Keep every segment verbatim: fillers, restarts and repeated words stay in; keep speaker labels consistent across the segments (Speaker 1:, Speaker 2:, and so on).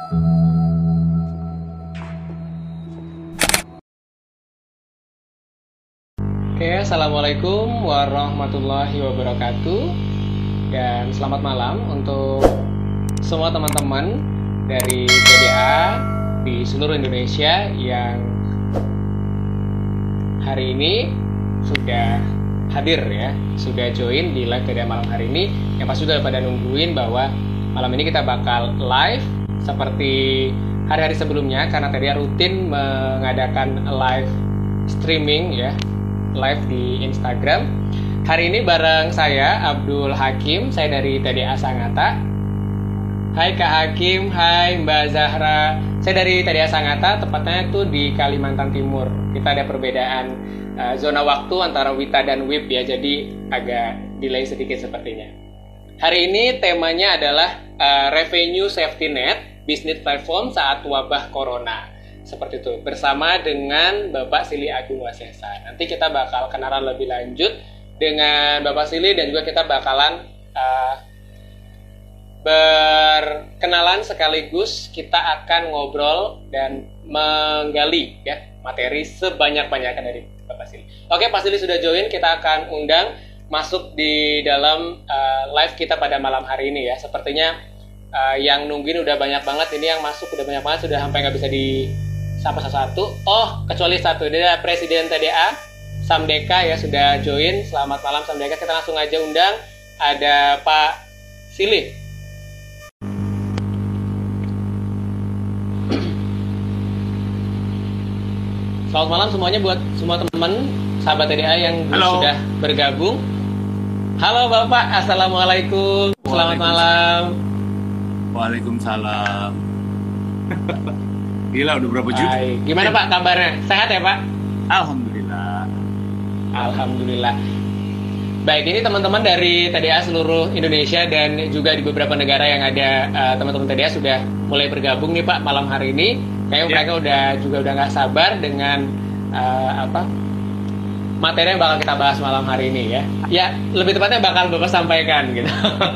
Speaker 1: Oke, Assalamualaikum warahmatullahi wabarakatuh. Dan selamat malam untuk semua teman-teman dari T D A di seluruh Indonesia yang hari ini sudah hadir ya, sudah join di live T D A malam hari ini. Yang pasti sudah pada nungguin bahwa malam ini kita bakal live seperti hari-hari sebelumnya, karena T D A rutin mengadakan live streaming ya, live di Instagram. Hari ini bareng saya Abdul Hakim, saya dari T D A Sangatta. Hai Kak Hakim, hai Mbak Zahra. Saya dari T D A Sangatta, tepatnya itu di Kalimantan Timur. Kita ada perbedaan uh, zona waktu antara Wita dan W I P ya, jadi agak delay sedikit sepertinya. Hari ini temanya adalah uh, Revenue Safety Net, Bisnis Platform saat wabah Corona. Seperti itu, bersama dengan Bapak Silly Agung Wasesa. Nanti kita bakal kenalan lebih lanjut dengan Bapak Silly, dan juga kita bakalan uh, berkenalan sekaligus kita akan ngobrol dan menggali ya materi sebanyak-banyaknya dari Bapak Silly. Oke, Pak Silly sudah join, kita akan undang masuk di dalam uh, live kita pada malam hari ini ya. Sepertinya uh, yang nungguin udah banyak banget, ini yang masuk udah banyak banget, sudah sampai nggak bisa di sapa satu-satu. Oh, kecuali satu, dia Presiden T D A Samdeka ya, sudah join. Selamat malam Samdeka, kita langsung aja undang. Ada Pak Silly. Selamat malam semuanya buat semua teman sahabat T D A yang
Speaker 2: Halo.
Speaker 1: sudah bergabung. Halo Bapak, Assalamualaikum. Selamat malam.
Speaker 2: Waalaikumsalam. Gila, udah berapa juta?
Speaker 1: Hai. Gimana Pak kabarnya? Sehat ya Pak?
Speaker 2: Alhamdulillah.
Speaker 1: Alhamdulillah. Baik, ini teman-teman dari T D A seluruh Indonesia dan juga di beberapa negara yang ada uh, teman-teman T D A sudah mulai bergabung nih Pak malam hari ini. Kayaknya
Speaker 2: Ya.
Speaker 1: mereka udah juga udah nggak sabar dengan uh, apa materi yang bakal kita bahas malam hari ini ya. Ya, lebih tepatnya bakal Bapak sampaikan gitu.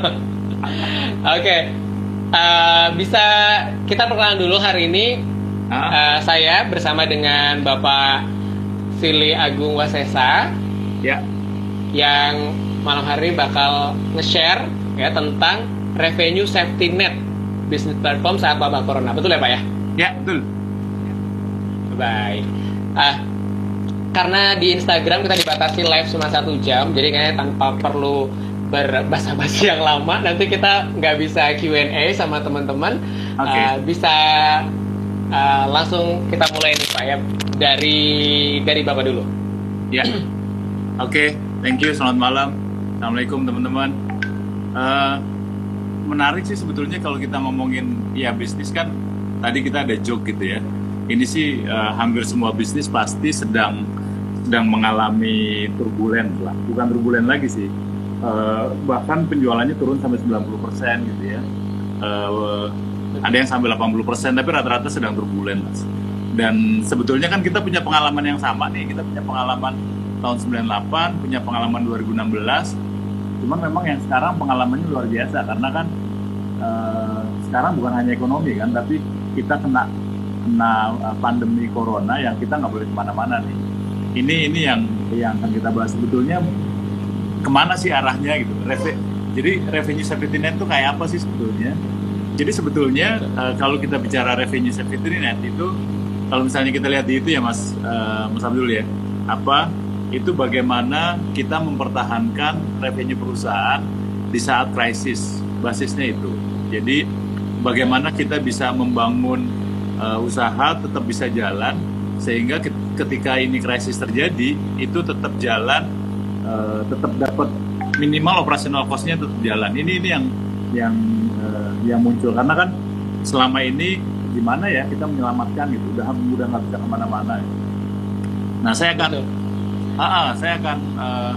Speaker 1: Oke, okay. uh, bisa kita perkenalan dulu hari ini. Uh, saya bersama dengan Bapak Silly Agung Wasesa
Speaker 2: Ya.
Speaker 1: yang malam hari bakal nge-share ya tentang Revenue Safety Net, Bisnis Platform saat wabah Corona. Betul ya Pak ya?
Speaker 2: Ya, betul.
Speaker 1: Baik. Ah, karena di Instagram kita dibatasi live cuma satu jam, jadi kayaknya tanpa perlu berbasa-basi yang lama, nanti kita nggak bisa Q and A sama teman-teman.
Speaker 2: Oke.
Speaker 1: Ah, bisa Uh, langsung kita mulai nih Pak ya, dari dari Bapak dulu.
Speaker 2: Ya. Oke, okay. Thank you. Selamat malam. Assalamualaikum teman-teman. Uh, menarik sih sebetulnya kalau kita ngomongin ya bisnis kan. Tadi kita ada joke gitu ya. Ini sih uh, hampir semua bisnis pasti sedang sedang mengalami turbulen lah. Bukan turbulen lagi sih. Uh, bahkan penjualannya turun sampai sembilan puluh persen gitu ya. Uh, Ada yang sampai delapan puluh persen, tapi rata-rata sedang turbulen, Mas. Dan sebetulnya kan kita punya pengalaman yang sama nih. Kita punya pengalaman tahun sembilan puluh delapan, punya pengalaman dua ribu enam belas. Cuman memang yang sekarang pengalamannya luar biasa. Karena kan uh, sekarang bukan hanya ekonomi kan, tapi kita kena kena uh, pandemi corona yang kita nggak boleh kemana-mana nih. Ini ini yang yang akan kita bahas sebetulnya. Kemana sih arahnya gitu. Reve, jadi revenue safety net itu kayak apa sih sebetulnya? Jadi sebetulnya uh, kalau kita bicara revenue safety net itu, kalau misalnya kita lihat di itu ya Mas uh, Mas Abdul ya, apa itu bagaimana kita mempertahankan revenue perusahaan di saat krisis, basisnya itu. Jadi bagaimana kita bisa membangun uh, usaha tetap bisa jalan sehingga ketika ini krisis terjadi itu tetap jalan, uh, tetap dapat minimal operational cost-nya tetap jalan. Ini ini yang yang uh, yang muncul karena kan selama ini gimana ya kita menyelamatkan gitu, udah udah nggak bisa kemana-mana. Gitu. Nah saya akan, ah, ah, saya akan uh,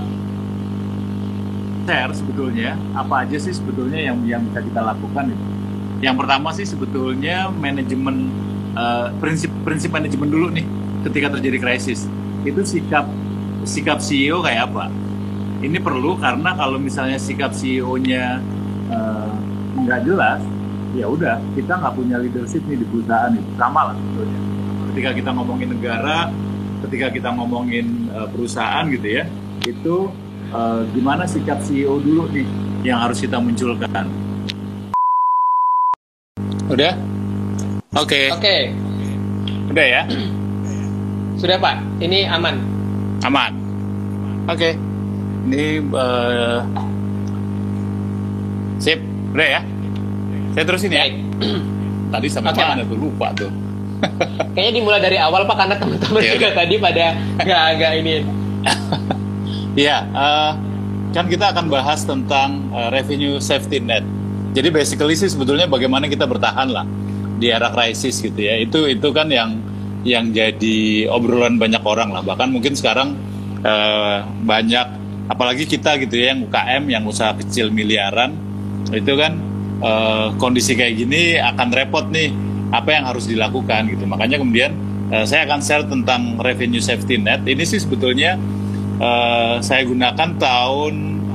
Speaker 2: share sebetulnya apa aja sih sebetulnya yang yang bisa kita lakukan gitu. Yang pertama sih sebetulnya manajemen, uh, prinsip prinsip manajemen dulu nih ketika terjadi krisis. Itu sikap sikap C E O kayak apa? Ini perlu karena kalau misalnya sikap C E O-nya uh, nggak jelas, ya udah kita nggak punya leadership nih di perusahaan itu. Sama lah sebetulnya. Ketika kita ngomongin negara, ketika kita ngomongin uh, perusahaan gitu ya, itu uh, gimana sikap C E O dulu nih yang harus kita munculkan.
Speaker 1: Udah? Oke. Okay. Oke. Okay.
Speaker 2: Udah ya?
Speaker 1: Sudah Pak, ini aman?
Speaker 2: Aman. Oke. Okay. Ini uh, sip, udah ya? Saya terusin ya? Tadi sampai okay, mana Pak? Tuh, lupa tuh.
Speaker 1: Kayaknya dimulai dari awal Pak, karena teman-teman ya, juga tadi pada nggak ini.
Speaker 2: Iya, uh, kan kita akan bahas tentang uh, revenue safety net. Jadi basically sih sebetulnya bagaimana kita bertahan lah di era krisis gitu ya. Itu itu kan yang yang jadi obrolan banyak orang lah. Bahkan mungkin sekarang uh, banyak, apalagi kita gitu ya, yang U K M, yang usaha kecil miliaran, itu kan uh, kondisi kayak gini akan repot nih. Apa yang harus dilakukan gitu. Makanya kemudian uh, saya akan share tentang revenue safety net. Ini sih sebetulnya uh, saya gunakan tahun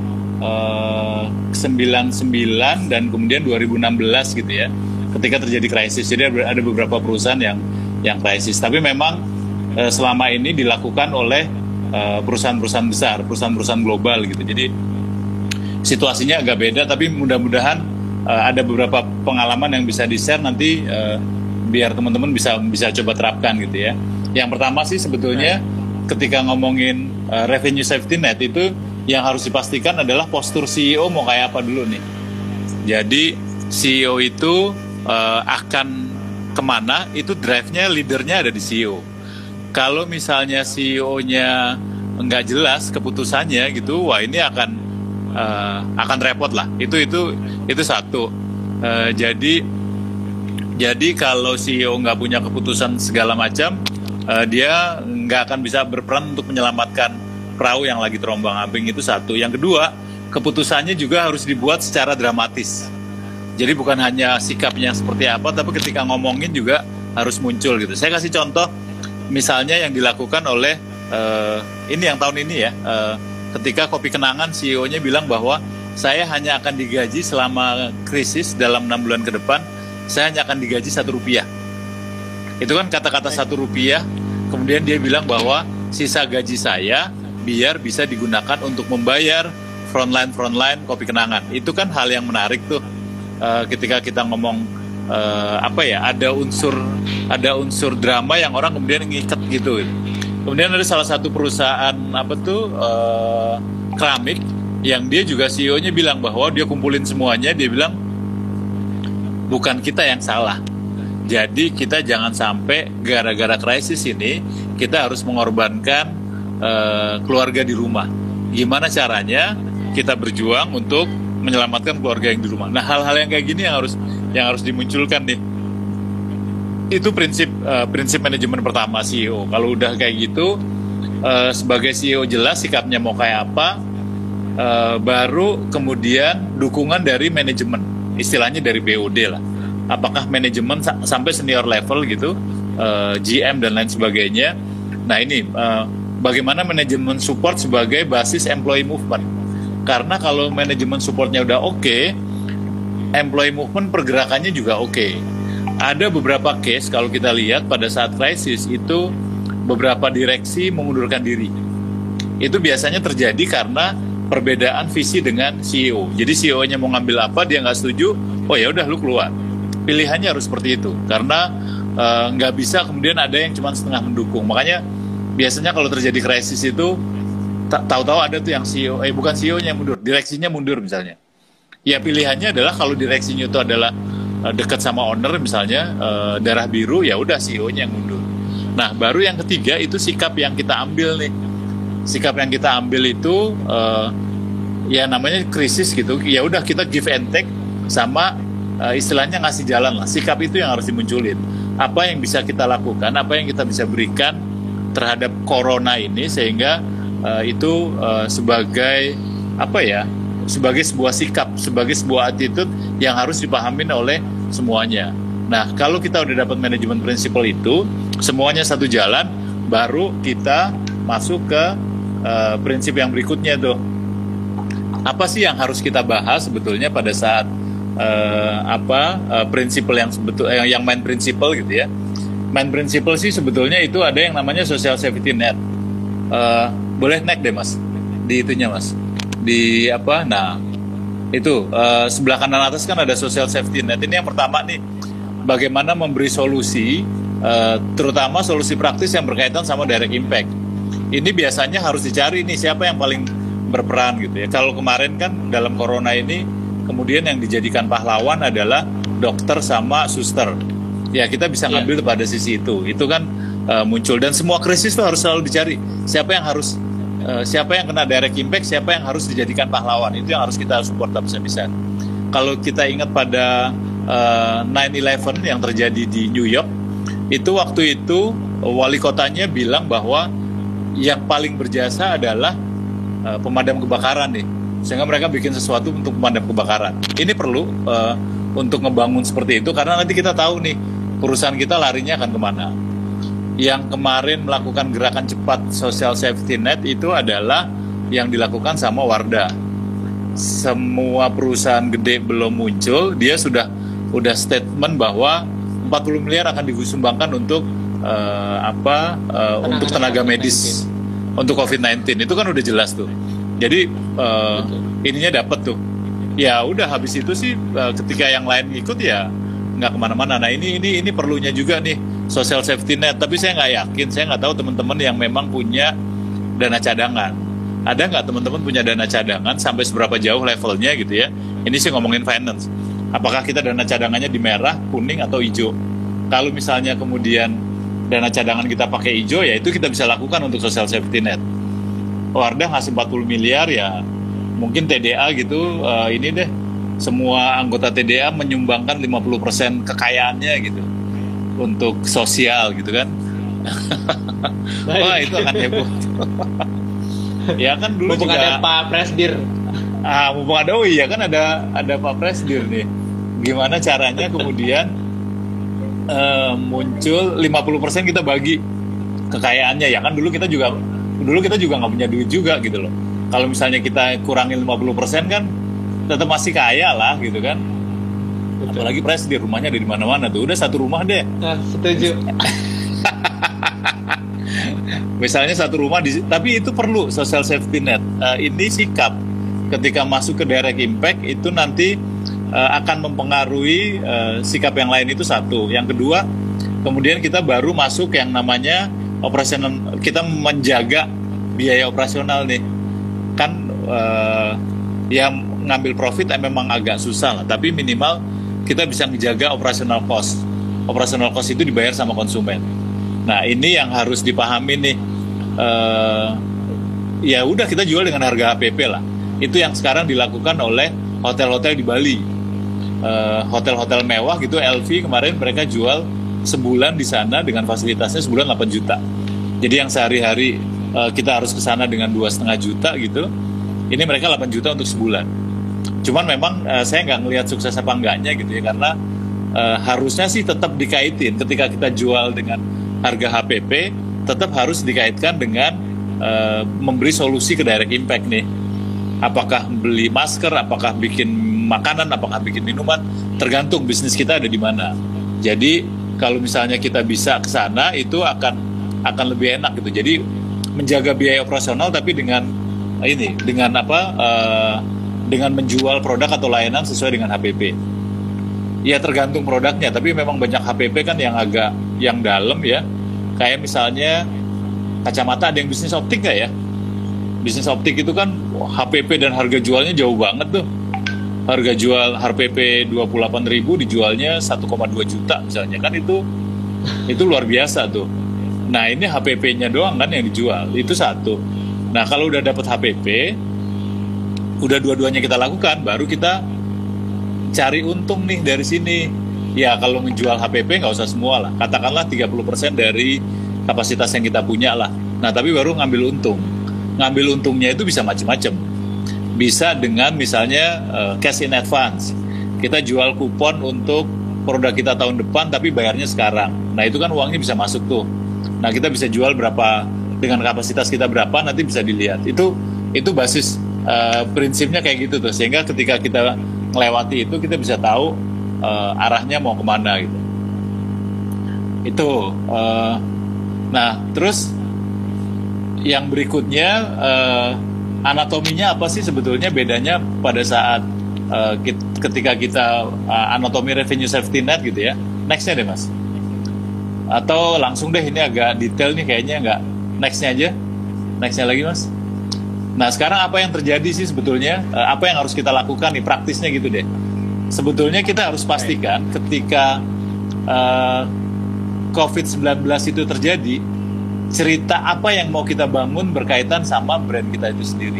Speaker 2: uh, sembilan puluh sembilan dan kemudian dua ribu enam belas gitu ya, ketika terjadi krisis. Jadi ada beberapa perusahaan yang yang krisis. Tapi memang uh, selama ini dilakukan oleh uh, perusahaan-perusahaan besar, perusahaan-perusahaan global gitu. Jadi situasinya agak beda, tapi mudah-mudahan uh, ada beberapa pengalaman yang bisa di-share nanti uh, biar teman-teman bisa bisa coba terapkan gitu ya. Yang pertama sih sebetulnya ketika ngomongin uh, revenue safety net itu yang harus dipastikan adalah postur C E O mau kayak apa dulu nih. Jadi C E O itu uh, akan kemana, itu drive-nya, leadernya ada di C E O. Kalau misalnya C E O-nya nggak jelas keputusannya gitu, wah ini akan uh, akan repot lah. Itu itu itu satu. Uh, jadi jadi kalau C E O nggak punya keputusan segala macam, uh, dia nggak akan bisa berperan untuk menyelamatkan perahu yang lagi terombang-ambing. Itu satu. Yang kedua, keputusannya juga harus dibuat secara dramatis. Jadi bukan hanya sikapnya seperti apa, tapi ketika ngomongin juga harus muncul gitu. Saya kasih contoh, misalnya yang dilakukan oleh uh, ini yang tahun ini ya, uh, ketika Kopi Kenangan C E O-nya bilang bahwa saya hanya akan digaji selama krisis dalam enam bulan ke depan, saya hanya akan digaji satu rupiah. Itu kan kata-kata satu rupiah. Kemudian dia bilang bahwa sisa gaji saya biar bisa digunakan untuk membayar frontline-frontline Kopi Kenangan. Itu kan hal yang menarik tuh. Uh, ketika kita ngomong uh, apa ya, ada unsur ada unsur drama yang orang kemudian ngikat gitu. Kemudian ada salah satu perusahaan apa tuh uh, keramik yang dia juga C E O-nya bilang bahwa dia kumpulin semuanya, dia bilang bukan kita yang salah. Jadi kita jangan sampai gara-gara krisis ini kita harus mengorbankan uh, keluarga di rumah. Gimana caranya kita berjuang untuk menyelamatkan keluarga yang di rumah. Nah, hal-hal yang kayak gini yang harus yang harus dimunculkan nih. Itu prinsip uh, prinsip manajemen pertama C E O. Kalau udah kayak gitu, uh, sebagai C E O jelas sikapnya mau kayak apa, uh, baru kemudian dukungan dari manajemen. Istilahnya dari B O D lah. Apakah manajemen sa- sampai senior level gitu, uh, G M dan lain sebagainya. Nah, ini uh, bagaimana manajemen support sebagai basis employee movement. Karena kalau manajemen supportnya udah oke, okay, employee movement pergerakannya juga oke. Okay. Ada beberapa case kalau kita lihat pada saat krisis itu beberapa direksi mengundurkan diri. Itu biasanya terjadi karena perbedaan visi dengan C E O. Jadi C E O-nya mau ngambil apa, dia nggak setuju, oh ya udah lu keluar. Pilihannya harus seperti itu. Karena uh, nggak bisa kemudian ada yang cuma setengah mendukung. Makanya biasanya kalau terjadi krisis itu tahu-tahu ada tuh yang C E O, eh bukan C E O-nya yang mundur, direksinya mundur misalnya. Ya pilihannya adalah kalau direksinya itu adalah uh, dekat sama owner misalnya, uh, darah biru, ya udah C E O-nya yang mundur. Nah, baru yang ketiga itu sikap yang kita ambil nih. Sikap yang kita ambil itu uh, ya namanya krisis gitu. Ya udah kita give and take sama uh, istilahnya ngasih jalan lah. Sikap itu yang harus dimunculin. Apa yang bisa kita lakukan, apa yang kita bisa berikan terhadap corona ini sehingga Uh, itu uh, sebagai apa ya, sebagai sebuah sikap, sebagai sebuah attitude yang harus dipahamin oleh semuanya. Nah, kalau kita udah dapat manajemen prinsipal itu, semuanya satu jalan, baru kita masuk ke uh, prinsip yang berikutnya tuh. Apa sih yang harus kita bahas sebetulnya pada saat uh, apa uh, prinsipal yang sebetul yang, yang main prinsipal gitu ya. Main prinsipal sih sebetulnya itu ada yang namanya social safety net. Uh, boleh naik deh mas di itunya mas di apa? Nah itu uh, sebelah kanan atas kan ada social safety net. Ini yang pertama nih, bagaimana memberi solusi, uh, terutama solusi praktis yang berkaitan sama direct impact. Ini biasanya harus dicari nih siapa yang paling berperan gitu ya. Kalau kemarin kan dalam corona ini kemudian yang dijadikan pahlawan adalah dokter sama suster. Ya kita bisa ngambil yeah. pada sisi itu. Itu kan uh, muncul dan semua krisis itu harus selalu dicari siapa yang harus uh, siapa yang kena direct impact, siapa yang harus dijadikan pahlawan. Itu yang harus kita support habis-habisan. Kalau kita ingat pada uh, nine eleven yang terjadi di New York, itu waktu itu wali kotanya bilang bahwa yang paling berjasa adalah uh, pemadam kebakaran nih. Sehingga mereka bikin sesuatu untuk pemadam kebakaran. Ini perlu uh, untuk ngebangun seperti itu karena nanti kita tahu nih perusahaan kita larinya akan kemana. Yang kemarin melakukan gerakan cepat social safety net itu adalah yang dilakukan sama Wardah. Semua perusahaan gede belum muncul, dia sudah udah statement bahwa empat puluh miliar akan disumbangkan untuk uh, apa uh, untuk tenaga medis untuk covid sembilan belas. Itu kan udah jelas tuh. Jadi uh, ininya dapat tuh. Ya udah habis itu sih uh, ketika yang lain ikut ya nggak kemana-mana. Nah ini ini ini perlunya juga nih social safety net. Tapi saya nggak yakin, saya nggak tahu teman-teman yang memang punya dana cadangan. Ada nggak teman-teman punya dana cadangan sampai seberapa jauh levelnya gitu ya? Ini sih ngomongin finance. Apakah kita dana cadangannya di merah, kuning atau hijau? Kalau misalnya kemudian dana cadangan kita pakai hijau, ya itu kita bisa lakukan untuk social safety net. Wardah ngasih empat puluh miliar ya mungkin T D A gitu uh, ini deh semua anggota T D A menyumbangkan lima puluh persen kekayaannya gitu untuk sosial gitu kan. Wah itu akan heboh. Ya kan dulu
Speaker 1: mumpung
Speaker 2: juga
Speaker 1: ada Pak Presdir.
Speaker 2: Ah mumpung ada oh iya kan ada ada Pak Presdir nih. Gimana caranya kemudian uh, muncul lima puluh persen kita bagi kekayaannya ya kan dulu kita juga dulu kita juga nggak punya duit juga gitu loh. Kalau misalnya kita kurangin lima puluh persen kan tetap masih kaya lah gitu kan. Betul. Apalagi Presdir rumahnya ada di mana-mana tuh. Udah satu rumah deh.
Speaker 1: Nah, setuju.
Speaker 2: Misalnya satu rumah di, tapi itu perlu social safety net. Uh, ini sikap ketika masuk ke direct impact itu nanti uh, akan mempengaruhi uh, sikap yang lain itu satu. Yang kedua, kemudian kita baru masuk yang namanya operasional, kita menjaga biaya operasional nih kan uh, yang ngambil profit eh, memang agak susah lah tapi minimal kita bisa menjaga operasional cost. Operasional cost itu dibayar sama konsumen. Nah ini yang harus dipahami nih uh, ya udah kita jual dengan harga H P P lah. Itu yang sekarang dilakukan oleh hotel-hotel di Bali. Uh, hotel-hotel mewah gitu L V kemarin mereka jual sebulan di sana dengan fasilitasnya sebulan delapan juta. Jadi yang sehari-hari uh, kita harus ke sana dengan dua setengah juta gitu. Ini mereka delapan juta untuk sebulan. Cuman memang uh, saya nggak ngelihat sukses apa enggaknya gitu ya karena uh, harusnya sih tetap dikaitin ketika kita jual dengan harga H P P tetap harus dikaitkan dengan uh, memberi solusi ke direct impact nih. Apakah beli masker, apakah bikin makanan, apakah bikin minuman, tergantung bisnis kita ada di mana. Jadi kalau misalnya kita bisa ke sana itu akan akan lebih enak gitu. Jadi menjaga biaya operasional tapi dengan ini dengan apa uh, dengan menjual produk atau layanan sesuai dengan H P P. Ya tergantung produknya, tapi memang banyak H P P kan yang agak yang dalam ya. Kayak misalnya kacamata ada yang bisnis optik nggak ya? Bisnis optik itu kan H P P dan harga jualnya jauh banget tuh. Harga jual H P P dua puluh delapan ribu dijualnya satu koma dua juta misalnya kan itu itu luar biasa tuh. Nah ini H P P-nya doang kan yang dijual, itu satu. Nah kalau udah dapat H P P, udah dua-duanya kita lakukan, baru kita cari untung nih dari sini. Ya kalau menjual H P P nggak usah semua lah, katakanlah tiga puluh persen dari kapasitas yang kita punya lah. Nah tapi baru ngambil untung. Ngambil untungnya itu bisa macam-macam. Bisa dengan misalnya uh, cash in advance. Kita jual kupon untuk produk kita tahun depan tapi bayarnya sekarang. Nah itu kan uangnya bisa masuk tuh. Nah kita bisa jual berapa dengan kapasitas kita berapa nanti bisa dilihat. Itu itu basis uh, prinsipnya kayak gitu tuh. Sehingga ketika kita ngelewati itu kita bisa tahu uh, arahnya mau kemana gitu. Itu. Uh, nah, terus yang berikutnya uh, anatominya apa sih sebetulnya bedanya pada saat uh, ketika kita uh, anatomi revenue safety net gitu ya. Nextnya deh Mas. Atau langsung deh, ini agak detail nih kayaknya, nggak nextnya aja. Nextnya lagi Mas. Nah sekarang apa yang terjadi sih sebetulnya, uh, apa yang harus kita lakukan nih praktisnya gitu deh. Sebetulnya kita harus pastikan ketika uh, covid sembilan belas itu terjadi, cerita apa yang mau kita bangun berkaitan sama brand kita itu sendiri.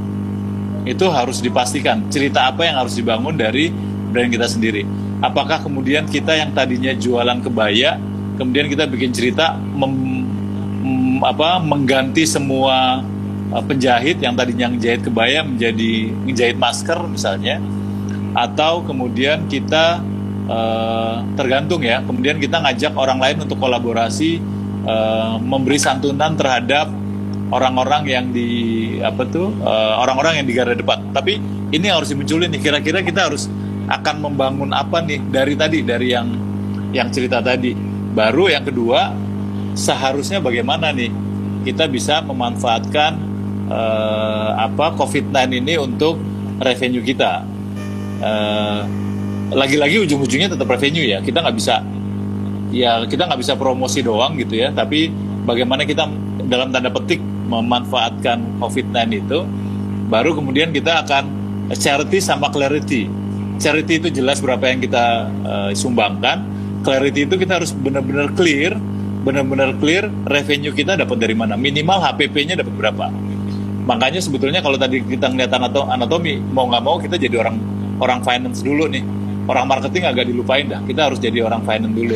Speaker 2: Itu harus dipastikan, cerita apa yang harus dibangun dari brand kita sendiri. Apakah kemudian kita yang tadinya jualan kebaya, kemudian kita bikin cerita mem, mem, apa, mengganti semua uh, penjahit yang tadinya ngejahit kebaya menjadi ngejahit masker misalnya. Atau kemudian kita uh, tergantung ya, kemudian kita ngajak orang lain untuk kolaborasi, uh, memberi santunan terhadap orang-orang yang di apa tuh uh, orang-orang yang di garda depan. Tapi ini harus dimunculin nih, kira-kira kita harus akan membangun apa nih dari tadi, dari yang yang cerita tadi. Baru yang kedua, seharusnya bagaimana nih kita bisa memanfaatkan uh, apa covid sembilan belas ini untuk revenue kita. Uh, lagi-lagi ujung-ujungnya tetap revenue ya, kita nggak bisa ya kita nggak bisa promosi doang gitu ya, tapi bagaimana kita dalam tanda petik memanfaatkan covid sembilan belas itu, baru kemudian kita akan charity sama clarity. Charity itu jelas berapa yang kita uh, sumbangkan, clarity itu kita harus benar-benar clear, benar-benar clear revenue kita dapat dari mana, minimal H P P-nya dapat berapa. Makanya sebetulnya kalau tadi kita ngeliat anatomi, mau nggak mau kita jadi orang orang finance dulu nih. Orang marketing agak dilupain dah. Kita harus jadi orang finance dulu.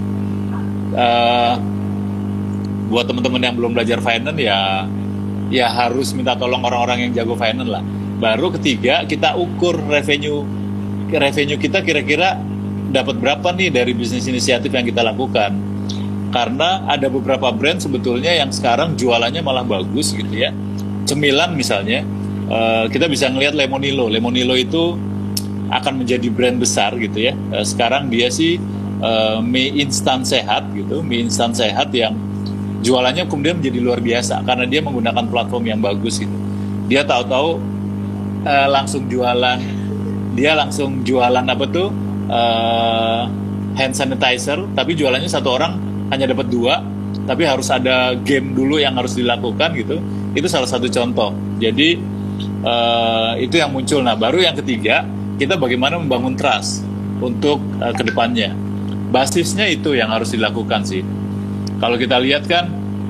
Speaker 2: uh, buat teman-teman yang belum belajar finance ya, ya harus minta tolong orang-orang yang jago finance lah. Baru ketiga kita ukur revenue revenue kita kira-kira dapat berapa nih dari bisnis inisiatif yang kita lakukan. Karena ada beberapa brand sebetulnya yang sekarang jualannya malah bagus gitu ya. Cemilan misalnya, uh, kita bisa ngelihat Lemonilo. Lemonilo itu akan menjadi brand besar gitu ya. Sekarang dia sih uh, mie instan sehat gitu, mie instan sehat yang jualannya kemudian menjadi luar biasa karena dia menggunakan platform yang bagus gitu. Dia tahu-tahu uh, langsung jualan, dia langsung jualan apa tuh uh, hand sanitizer, tapi jualannya satu orang hanya dapat dua, tapi harus ada game dulu yang harus dilakukan gitu. Itu salah satu contoh. Jadi uh, itu yang muncul. Nah baru yang ketiga, kita bagaimana membangun trust untuk uh, kedepannya. Basisnya itu yang harus dilakukan sih. Kalau kita lihat kan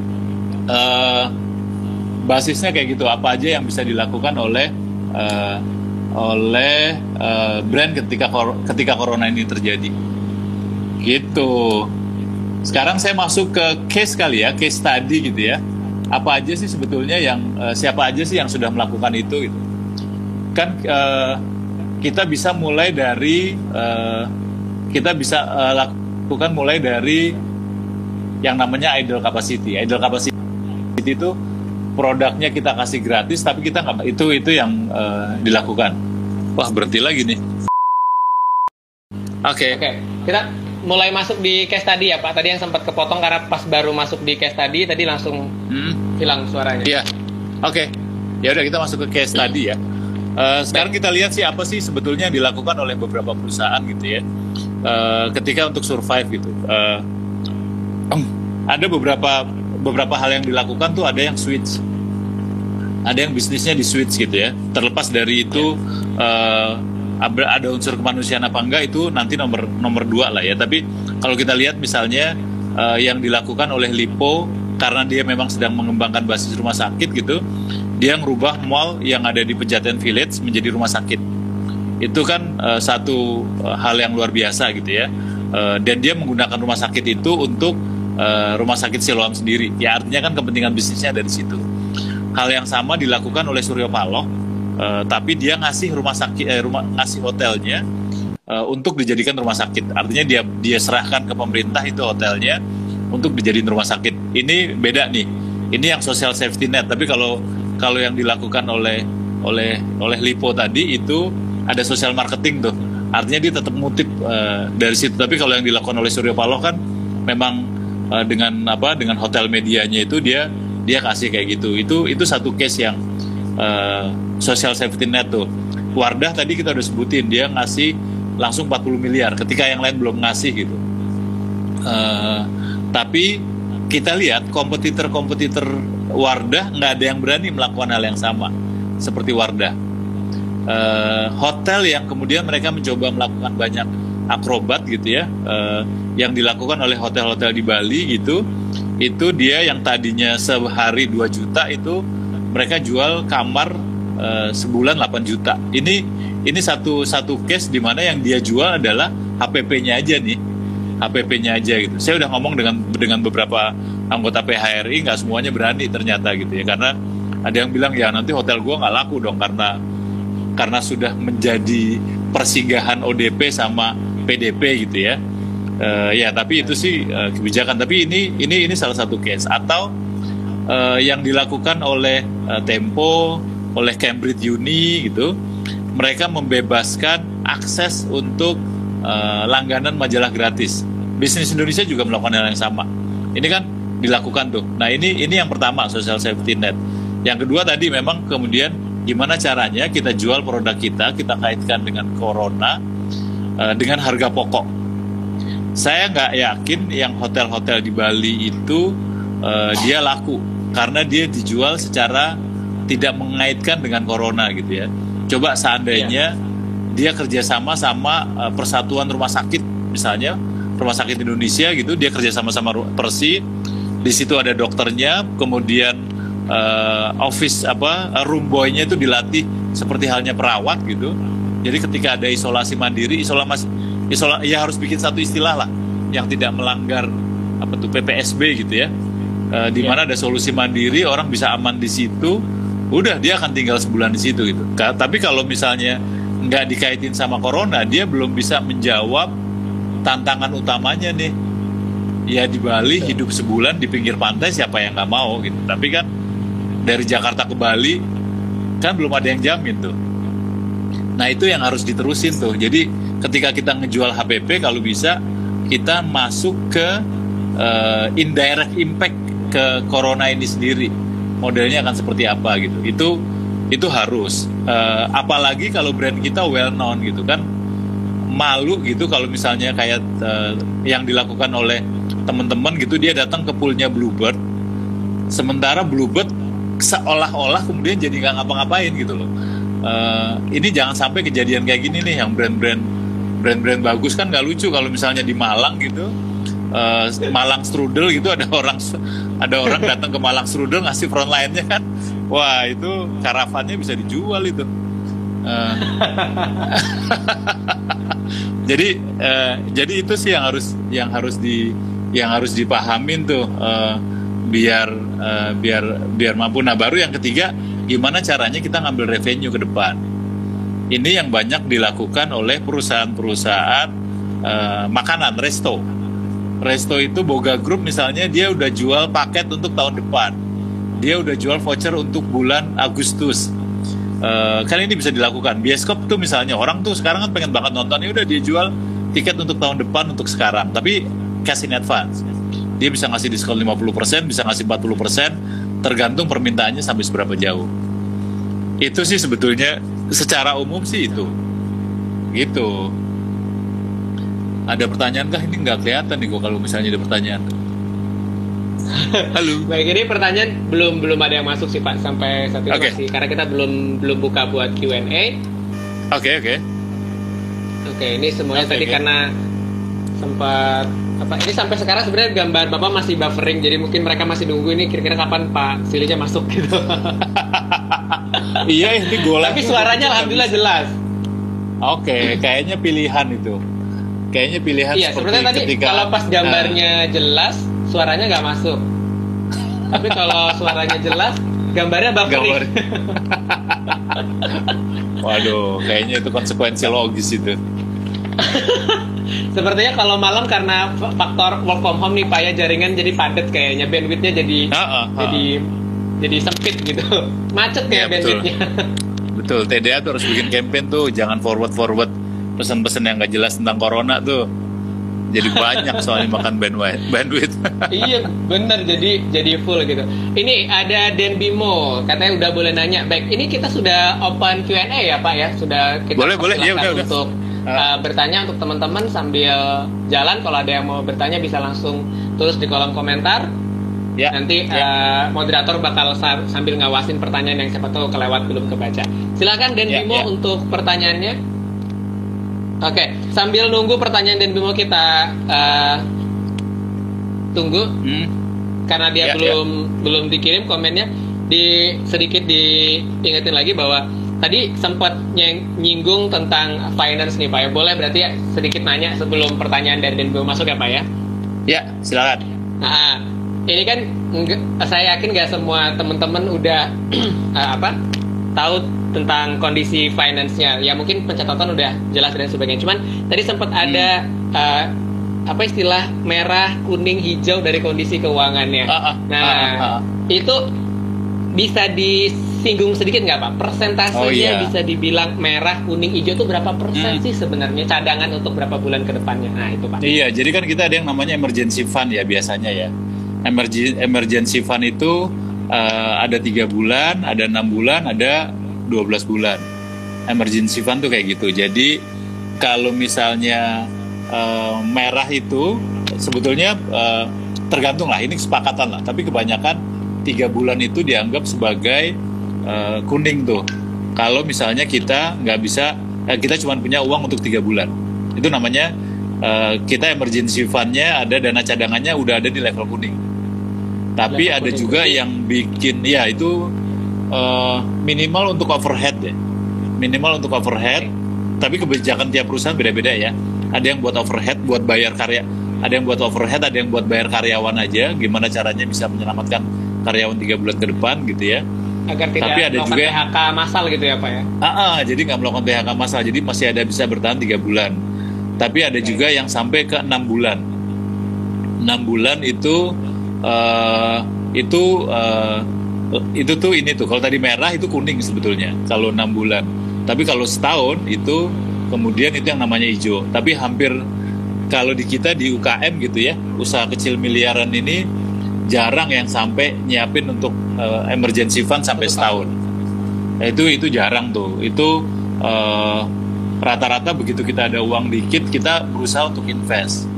Speaker 2: uh, basisnya kayak gitu. Apa aja yang bisa dilakukan oleh uh, oleh uh, brand ketika kor- ketika corona ini terjadi. Gitu. Sekarang saya masuk ke case kali ya, case study gitu ya. Apa aja sih sebetulnya yang uh, siapa aja sih yang sudah melakukan itu gitu. Kan uh, kita bisa mulai dari uh, kita bisa uh, lakukan mulai dari yang namanya idle capacity. Idle capacity itu produknya kita kasih gratis, tapi kita nggak, itu itu yang uh, dilakukan. Wah berhenti lagi nih.
Speaker 1: Oke okay. oke okay. Kita mulai masuk di case tadi ya Pak. Tadi yang sempat kepotong karena pas baru masuk di case tadi tadi langsung hmm. hilang suaranya.
Speaker 2: Iya. Oke. Okay. Ya udah kita masuk ke case tadi ya. Uh, sekarang kita lihat sih apa sih sebetulnya yang dilakukan oleh beberapa perusahaan gitu ya, uh, ketika untuk survive gitu. Uh, um, ada beberapa beberapa hal yang dilakukan tuh, ada yang switch, ada yang bisnisnya di switch gitu ya. Terlepas dari itu uh, ada unsur kemanusiaan apa enggak itu nanti nomor nomor dua lah ya. Tapi kalau kita lihat misalnya uh, yang dilakukan oleh Lipo karena dia memang sedang mengembangkan basis rumah sakit gitu. Dia ngerubah mall yang ada di Pejaten Village menjadi rumah sakit. Itu kan uh, satu uh, hal yang luar biasa gitu ya. Uh, dan dia menggunakan rumah sakit itu untuk uh, rumah sakit Siloam sendiri. Ya artinya kan kepentingan bisnisnya dari situ. Hal yang sama dilakukan oleh Suryo Paloh, uh, tapi dia ngasih rumah sakit, eh, rumah ngasih hotelnya uh, untuk dijadikan rumah sakit. Artinya dia dia serahkan ke pemerintah itu hotelnya untuk dijadiin rumah sakit. Ini beda nih. Ini yang social safety net. Tapi kalau kalau yang dilakukan oleh oleh oleh Lipo tadi itu ada social marketing tuh. Artinya dia tetap ngutip uh, dari situ. Tapi kalau yang dilakukan oleh Surya Paloh kan memang uh, dengan apa dengan hotel medianya itu dia dia kasih kayak gitu. Itu itu satu case yang uh, social safety net tuh. Wardah tadi kita udah sebutin dia ngasih langsung empat puluh miliar ketika yang lain belum ngasih gitu. Uh, tapi kita lihat kompetitor-kompetitor Wardah nggak ada yang berani melakukan hal yang sama seperti Wardah. Uh, hotel yang kemudian mereka mencoba melakukan banyak akrobat gitu ya, uh, yang dilakukan oleh hotel-hotel di Bali gitu, itu dia yang tadinya sehari dua juta itu mereka jual kamar uh, sebulan delapan juta. Ini ini satu satu case di mana yang dia jual adalah H P P-nya aja nih, H P P-nya aja gitu. Saya udah ngomong dengan dengan beberapa anggota P H R I, nggak semuanya berani ternyata gitu ya, karena ada yang bilang ya nanti hotel gua nggak laku dong karena karena sudah menjadi persinggahan O D P sama P D P gitu ya. Uh, ya tapi itu sih uh, kebijakan. Tapi ini ini ini salah satu case. Atau uh, yang dilakukan oleh uh, Tempo, oleh Cambridge Uni gitu, mereka membebaskan akses untuk uh, langganan majalah gratis. Bisnis Indonesia juga melakukan hal yang sama. Ini kan dilakukan tuh. Nah ini ini yang pertama, social safety net. Yang kedua tadi memang kemudian gimana caranya kita jual produk kita, kita kaitkan dengan corona, uh, dengan harga pokok. Saya nggak yakin yang hotel-hotel di Bali itu uh, dia laku, karena dia dijual secara tidak mengaitkan dengan corona gitu ya. Coba seandainya yeah. dia kerjasama sama uh, Persatuan Rumah Sakit misalnya, Rumah Sakit Indonesia gitu, dia kerjasama sama Persi, di situ ada dokternya, kemudian Uh, office apa room boy-nya itu dilatih seperti halnya perawat gitu. Jadi ketika ada isolasi mandiri, isolasi isola ya harus bikin satu istilah lah yang tidak melanggar apa tuh P P S B gitu ya. Uh, di mana yeah. ada solusi mandiri, orang bisa aman di situ. Udah dia akan tinggal sebulan di situ gitu. Ka- tapi kalau misalnya nggak dikaitin sama corona, dia belum bisa menjawab tantangan utamanya nih. Ya di Bali hidup sebulan di pinggir pantai siapa yang nggak mau gitu. Tapi kan dari Jakarta ke Bali kan belum ada yang jamin tuh. Nah itu yang harus diterusin tuh. Jadi ketika kita ngejual H P P, kalau bisa kita masuk ke uh, indirect impact ke corona ini sendiri. Modelnya akan seperti apa gitu. Itu itu harus. Uh, apalagi kalau brand kita well known gitu kan. Malu gitu kalau misalnya kayak uh, yang dilakukan oleh teman-teman gitu, dia datang ke poolnya Bluebird, sementara Bluebird seolah-olah kemudian jadi nggak ngapa-ngapain gitu loh. Uh, ini jangan sampai kejadian kayak gini nih, yang brand-brand brand-brand bagus kan nggak lucu kalau misalnya di Malang gitu, uh, Malang Strudel gitu, ada orang ada orang datang ke Malang Strudel ngasih frontline-nya kan, wah itu karavannya bisa dijual itu. Uh, jadi uh, jadi itu sih yang harus yang harus di yang harus dipahamin tuh. Uh, biar uh, biar biar mampu. Nah baru yang ketiga, gimana caranya kita ngambil revenue ke depan. Ini yang banyak dilakukan oleh perusahaan-perusahaan uh, makanan, resto. Resto itu Boga Group misalnya, dia udah jual paket untuk tahun depan, dia udah jual voucher untuk bulan Agustus. Uh, kan ini bisa dilakukan. Bioskop tuh misalnya, orang tuh sekarang kan pengen banget nonton, ya udah dia jual tiket untuk tahun depan untuk sekarang, tapi cash in advance. Dia bisa ngasih diskon lima puluh persen, bisa ngasih empat puluh persen, tergantung permintaannya sampai seberapa jauh. Itu sih sebetulnya secara umum sih itu. Gitu. Ada pertanyaan kah? Ini nggak kelihatan nih kok kalau misalnya ada pertanyaan. Halo.
Speaker 1: Baik, ini pertanyaan belum belum ada yang masuk sih Pak sampai saat ini okay. masih, karena kita belum belum buka buat Q and A.
Speaker 2: Oke okay, oke.
Speaker 1: Okay. Oke, okay, ini semuanya okay, tadi okay. karena sempat apa ini sampai sekarang sebenarnya gambar Bapak masih buffering, jadi mungkin mereka masih nunggu ini kira-kira kapan Pak Silinya masuk gitu.
Speaker 2: Iya ini golek.
Speaker 1: Tapi suaranya alhamdulillah jelas.
Speaker 2: Oke, okay, kayaknya pilihan itu. Kayaknya pilihan
Speaker 1: iya, seperti tadi ketika, kalau pas gambarnya nah, jelas, suaranya nggak masuk. Tapi kalau suaranya jelas, gambarnya buffering. Gambar.
Speaker 2: Waduh, kayaknya itu konsekuensi logis itu.
Speaker 1: Sepertinya kalau malam karena faktor work from home nih Pak ya, jaringan jadi padat kayaknya, bandwidthnya jadi uh, uh, uh. jadi jadi sempit gitu, macet kayak ya, bandwidthnya.
Speaker 2: Betul. betul. T D A tuh harus bikin campaign tuh, jangan forward-forward pesan-pesan yang nggak jelas tentang corona tuh. Jadi banyak soalnya makan bandwidth.
Speaker 1: Iya bener, jadi jadi full gitu. Ini ada Den Bimo, katanya udah boleh nanya. Baik, ini kita sudah open Q and A ya Pak ya, sudah kita
Speaker 2: boleh boleh ya udah
Speaker 1: untuk
Speaker 2: udah.
Speaker 1: Uh, bertanya untuk teman-teman sambil jalan. Kalau ada yang mau bertanya bisa langsung tulis di kolom komentar. Ya, nanti ya. Uh, moderator bakal sambil ngawasin pertanyaan yang siapa tahu kelewat belum kebaca. Silakan Den ya, Bimo ya. Untuk pertanyaannya. Oke, okay. Sambil nunggu pertanyaan Den Bimo kita uh, tunggu hmm. karena dia ya, belum ya. belum dikirim komennya. Di sedikit diingetin lagi bahwa tadi sempat nyinggung tentang finance nih Pak ya. Boleh berarti ya sedikit nanya sebelum pertanyaan dari Den Bimo masuk ya Pak ya?
Speaker 2: Ya, silakan.
Speaker 1: Nah, ini kan saya yakin nggak semua teman-teman udah uh, apa tahu tentang kondisi finance-nya. Ya mungkin pencatatan udah jelas dan sebagainya. Cuman tadi sempat hmm. ada uh, apa istilah merah, kuning, hijau dari kondisi keuangannya. Uh, uh, nah uh, uh, uh. itu bisa disinggung sedikit nggak Pak? Persentasenya oh, iya. bisa dibilang merah, kuning, hijau itu berapa persen hmm. sih sebenarnya cadangan untuk berapa bulan ke depannya? Nah itu Pak.
Speaker 2: Iya, jadi kan kita ada yang namanya emergency fund ya biasanya ya. Emergency fund itu uh, ada tiga bulan, ada enam bulan, ada dua belas bulan. Emergency fund tuh kayak gitu. Jadi kalau misalnya uh, merah itu sebetulnya uh, tergantung lah, ini kesepakatan lah. Tapi kebanyakan tiga bulan itu dianggap sebagai uh, kuning tuh. Kalau misalnya kita nggak bisa, eh, kita cuma punya uang untuk tiga bulan, itu namanya uh, kita emergency fund-nya ada, dana cadangannya udah ada di level kuning. Tapi ada juga yang bikin, ya itu uh, minimal untuk overhead ya, minimal untuk overhead. Tapi kebijakan tiap perusahaan beda-beda ya. Ada yang buat overhead, buat bayar karya. Ada yang buat overhead, ada yang buat bayar karyawan aja. Gimana caranya bisa menyelamatkan karyawan tiga bulan ke depan gitu ya.
Speaker 1: Agar tidak
Speaker 2: Tapi ada
Speaker 1: melakukan
Speaker 2: juga
Speaker 1: P H K massal gitu ya Pak ya.
Speaker 2: Ah, ah, jadi nggak melakukan P H K massal. Jadi masih ada bisa bertahan tiga bulan. Tapi ada okay. juga yang sampai ke enam bulan. enam bulan itu Uh, itu uh, itu tuh ini tuh kalau tadi merah itu kuning sebetulnya kalau enam bulan. Tapi kalau setahun itu kemudian itu yang namanya hijau. Tapi hampir kalau di kita di U K M gitu ya, usaha kecil miliaran ini jarang yang sampai nyiapin untuk uh, emergency fund sampai setahun. Nah, itu itu jarang tuh. Itu uh, rata-rata begitu kita ada uang dikit kita berusaha untuk invest.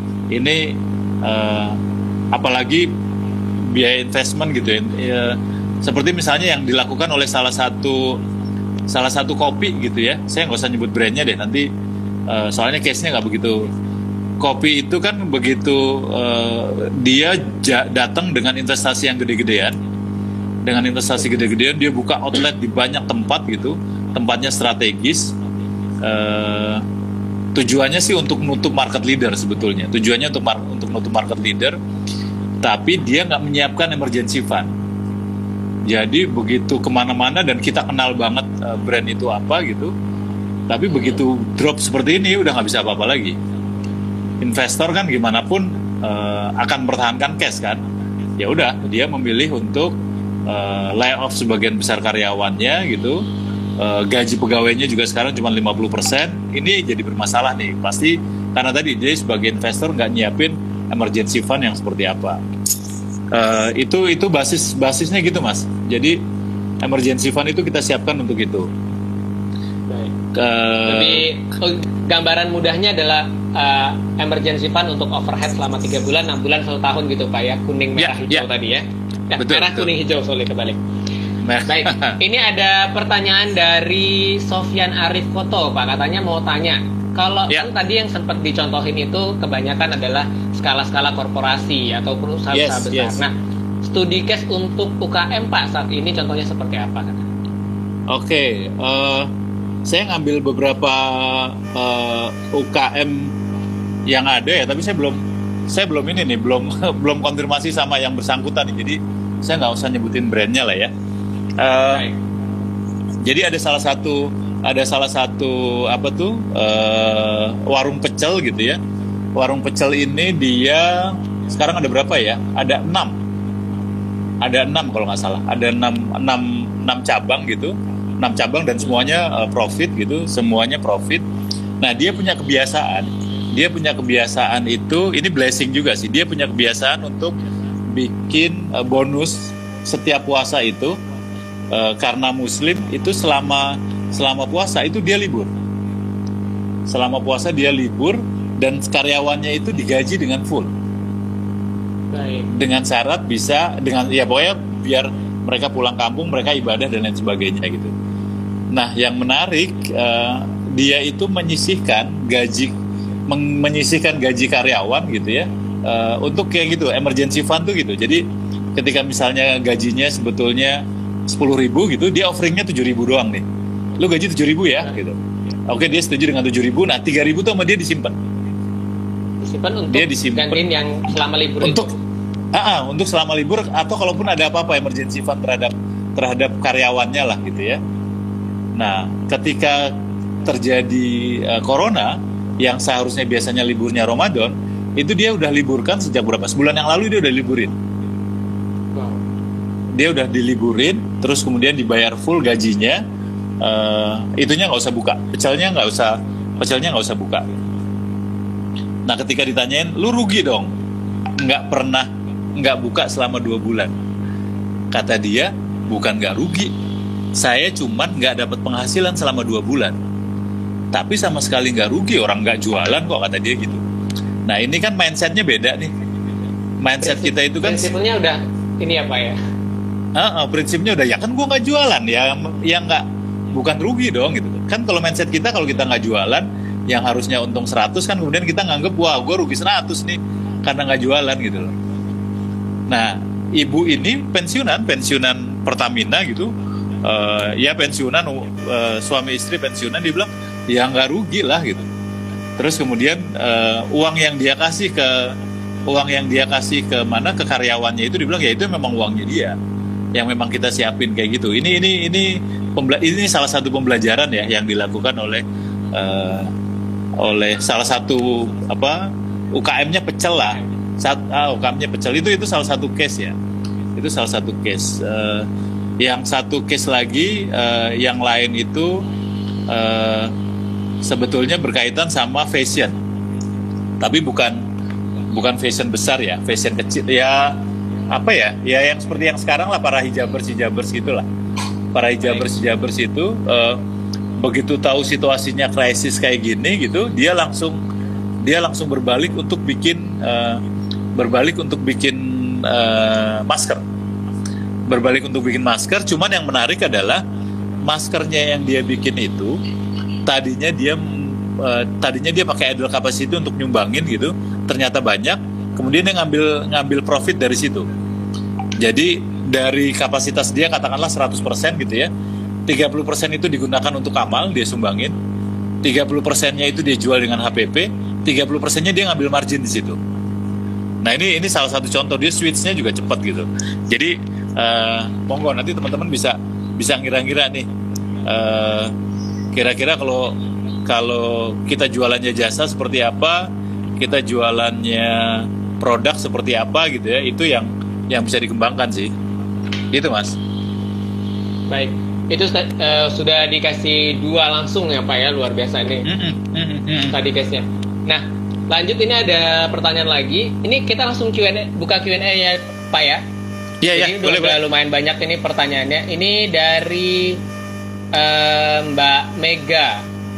Speaker 2: Ini uh, apalagi biaya investment gitu ya, ya seperti misalnya yang dilakukan oleh salah satu salah satu kopi gitu ya, saya nggak usah nyebut brandnya deh nanti uh, soalnya case-nya nggak begitu. Kopi itu kan begitu uh, dia ja- datang dengan investasi yang gede-gedean, dengan investasi gede-gedean dia buka outlet di banyak tempat gitu, tempatnya strategis. Uh, tujuannya sih untuk nutup market leader sebetulnya, tujuannya untuk mar- untuk nutup market leader, tapi dia nggak menyiapkan emergency fund. Jadi begitu kemana-mana dan kita kenal banget uh, brand itu apa gitu, tapi begitu drop seperti ini udah nggak bisa apa-apa lagi. Investor kan gimana pun uh, akan mempertahankan cash kan, ya udah dia memilih untuk uh, lay off sebagian besar karyawannya gitu. Uh, gaji pegawainya juga sekarang cuma lima puluh persen. Ini jadi bermasalah nih pasti karena tadi dia sebagai investor nggak nyiapin emergency fund yang seperti apa. Uh, itu itu basis basisnya gitu Mas. Jadi emergency fund itu kita siapkan untuk itu.
Speaker 1: Baik. Uh, Lebih gambaran mudahnya adalah uh, emergency fund untuk overhead selama tiga bulan, enam bulan, satu tahun gitu Pak ya. Kuning, merah, ya, hijau ya. Tadi ya. Nah, betul, merah, betul. Kuning, hijau, sorry kebalik. Baik, ini ada pertanyaan dari Sofyan Arif Koto, Pak. Katanya mau tanya, kalau ya. kan tadi yang sempat dicontohin itu kebanyakan adalah skala-skala korporasi atau perusahaan-perusahaan yes, besar. Yes. Nah, studi case untuk U K M Pak saat ini contohnya seperti apa? Oke,
Speaker 2: okay, uh, saya ngambil beberapa uh, U K M yang ada ya, tapi saya belum, saya belum ini nih, belum belum konfirmasi sama yang bersangkutan nih. Jadi saya nggak usah nyebutin brandnya lah ya. Uh, jadi ada salah satu ada salah satu apa tuh uh, warung pecel gitu ya. Warung pecel ini dia sekarang ada berapa ya? Ada enam. Ada enam kalau nggak salah. Ada enam enam enam cabang gitu. enam cabang dan semuanya uh, profit gitu, semuanya profit. Nah, dia punya kebiasaan, dia punya kebiasaan itu, ini blessing juga sih. Dia punya kebiasaan untuk bikin uh, bonus setiap puasa itu, uh, karena Muslim itu selama selama puasa itu dia libur. Selama puasa dia libur dan karyawannya itu digaji dengan full.
Speaker 1: Baik.
Speaker 2: Dengan syarat bisa dengan ya pokoknya biar mereka pulang kampung, mereka ibadah dan lain sebagainya gitu. Nah, yang menarik uh, dia itu menyisihkan gaji men- menyisihkan gaji karyawan gitu ya, uh, untuk kayak gitu emergency fund tuh gitu. Jadi ketika misalnya gajinya sebetulnya sepuluh ribu gitu, dia offeringnya tujuh ribu doang nih. Lu gaji tujuh ribu ya gitu. Oke, dia setuju dengan tujuh ribu. Nah, tiga ribu tuh sama dia disimpan.
Speaker 1: Disimpan untuk
Speaker 2: dia disimpan
Speaker 1: gantiin yang selama libur
Speaker 2: untuk
Speaker 1: itu.
Speaker 2: Ah, ah, untuk selama libur atau kalaupun ada apa-apa emergency fund terhadap terhadap karyawannya lah gitu ya. Nah, ketika terjadi uh, corona yang seharusnya biasanya liburnya Ramadan, itu dia udah liburkan sejak berapa? Sebulan yang lalu dia udah liburin.
Speaker 1: Wow.
Speaker 2: Dia udah diliburin, terus kemudian dibayar full gajinya, uh, itunya nggak usah buka, pecelnya nggak usah, pecelnya nggak usah buka. Nah, ketika ditanyain, lu rugi dong, nggak pernah nggak buka selama dua bulan. Kata dia, bukan nggak rugi, saya cuman nggak dapat penghasilan selama dua bulan. Tapi sama sekali nggak rugi, orang nggak jualan kok, kata dia gitu. Nah, ini kan mindsetnya beda nih. Mindset
Speaker 1: Prinsip,
Speaker 2: kita itu kan
Speaker 1: prinsipnya udah ini apa ya?
Speaker 2: Uh, uh, prinsipnya udah ya kan gue nggak jualan ya, yang nggak bukan rugi dong gitu. Kan kalau mindset kita kalau kita nggak jualan, yang harusnya untung seratus kan kemudian kita nganggep wah gue rugi seratus nih karena nggak jualan gitu loh. Nah, ibu ini pensiunan, pensiunan Pertamina gitu. Uh, ya pensiunan, uh, suami istri pensiunan, dia bilang ya nggak rugi lah gitu. Terus kemudian uh, uang yang dia kasih ke uang yang dia kasih ke mana ke karyawannya itu dibilang ya itu memang uangnya dia yang memang kita siapin kayak gitu. Ini ini ini pembela- ini salah satu pembelajaran ya yang dilakukan oleh uh, oleh salah satu apa U K M-nya pecel lah. Saat ah, U K M-nya pecel itu itu salah satu case ya. Itu salah satu case. Uh, yang satu case lagi uh, yang lain itu uh, sebetulnya berkaitan sama fashion, tapi bukan bukan fashion besar ya, fashion kecil ya, apa ya, ya yang seperti yang sekarang lah para hijabers hijabers gitulah, para hijabers hijabers itu uh, begitu tahu situasinya krisis kayak gini gitu, dia langsung dia langsung berbalik untuk bikin uh, berbalik untuk bikin uh, masker, berbalik untuk bikin masker. Cuman yang menarik adalah maskernya yang dia bikin itu tadinya dia uh, tadinya dia pakai idle capacity untuk nyumbangin gitu, ternyata banyak, kemudian dia ngambil ngambil profit dari situ. Jadi dari kapasitas dia katakanlah seratus persen gitu ya, tiga puluh persen itu digunakan untuk amal, dia sumbangin, tiga puluh persennya itu dia jual dengan H P P, tiga puluh persennya dia ngambil margin di situ. Nah, ini ini salah satu contoh, dia switch-nya juga cepat gitu. Jadi uh, monggo nanti teman-teman bisa bisa ngira-ngira nih, uh, kira-kira kalau kalau kita jualannya jasa seperti apa, kita jualannya produk seperti apa gitu ya, itu yang yang bisa dikembangkan sih, gitu Mas.
Speaker 1: Baik, itu uh, sudah dikasih dua langsung ya Pak ya, luar biasa ini
Speaker 2: Mm-mm, mm-mm, mm-mm.
Speaker 1: tadi case-nya. Nah, lanjut, ini ada pertanyaan lagi. Ini kita langsung Q and A, buka Q and A ya Pak ya.
Speaker 2: Iya ya,
Speaker 1: Jadi
Speaker 2: boleh
Speaker 1: udah
Speaker 2: boleh.
Speaker 1: lumayan banyak ini pertanyaannya. Ini dari uh, Mbak Mega.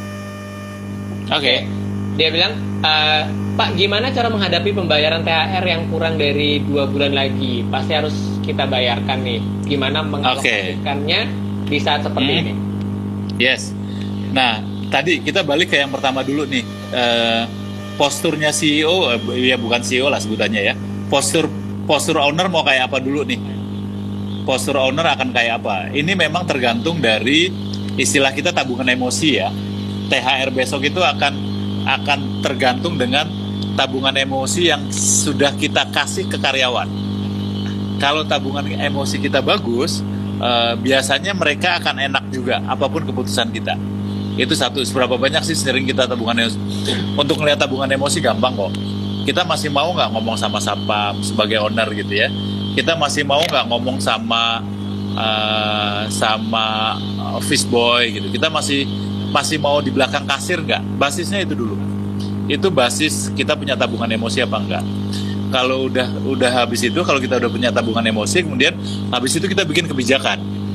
Speaker 2: Oke. Okay.
Speaker 1: Dia bilang, uh, Pak, gimana cara menghadapi pembayaran T H R yang kurang dari dua bulan lagi? Pasti harus kita bayarkan nih. Gimana mengalokasikannya di saat seperti
Speaker 2: Hmm.
Speaker 1: ini?
Speaker 2: Yes. Nah, tadi kita balik ke yang pertama dulu nih. Uh, posturnya C E O, uh, ya bukan C E O lah sebutannya ya. Postur postur owner mau kayak apa dulu nih? Postur owner akan kayak apa? Ini memang tergantung dari istilah kita tabungan emosi ya. T H R besok itu akan akan tergantung dengan tabungan emosi yang sudah kita kasih ke karyawan. Kalau tabungan emosi kita bagus, uh, biasanya mereka akan enak juga apapun keputusan kita. Itu satu. Seberapa banyak sih sering kita tabungan emosi? Untuk melihat tabungan emosi gampang kok. Kita masih mau nggak ngomong sama satpam sebagai owner gitu ya? Kita masih mau nggak ngomong sama uh, sama office boy gitu. Kita masih masih mau di belakang kasir nggak? Basisnya itu dulu. Itu basis kita punya tabungan emosi apa enggak. Kalau udah udah habis itu, kalau kita udah punya tabungan emosi, kemudian habis itu kita bikin kebijakan.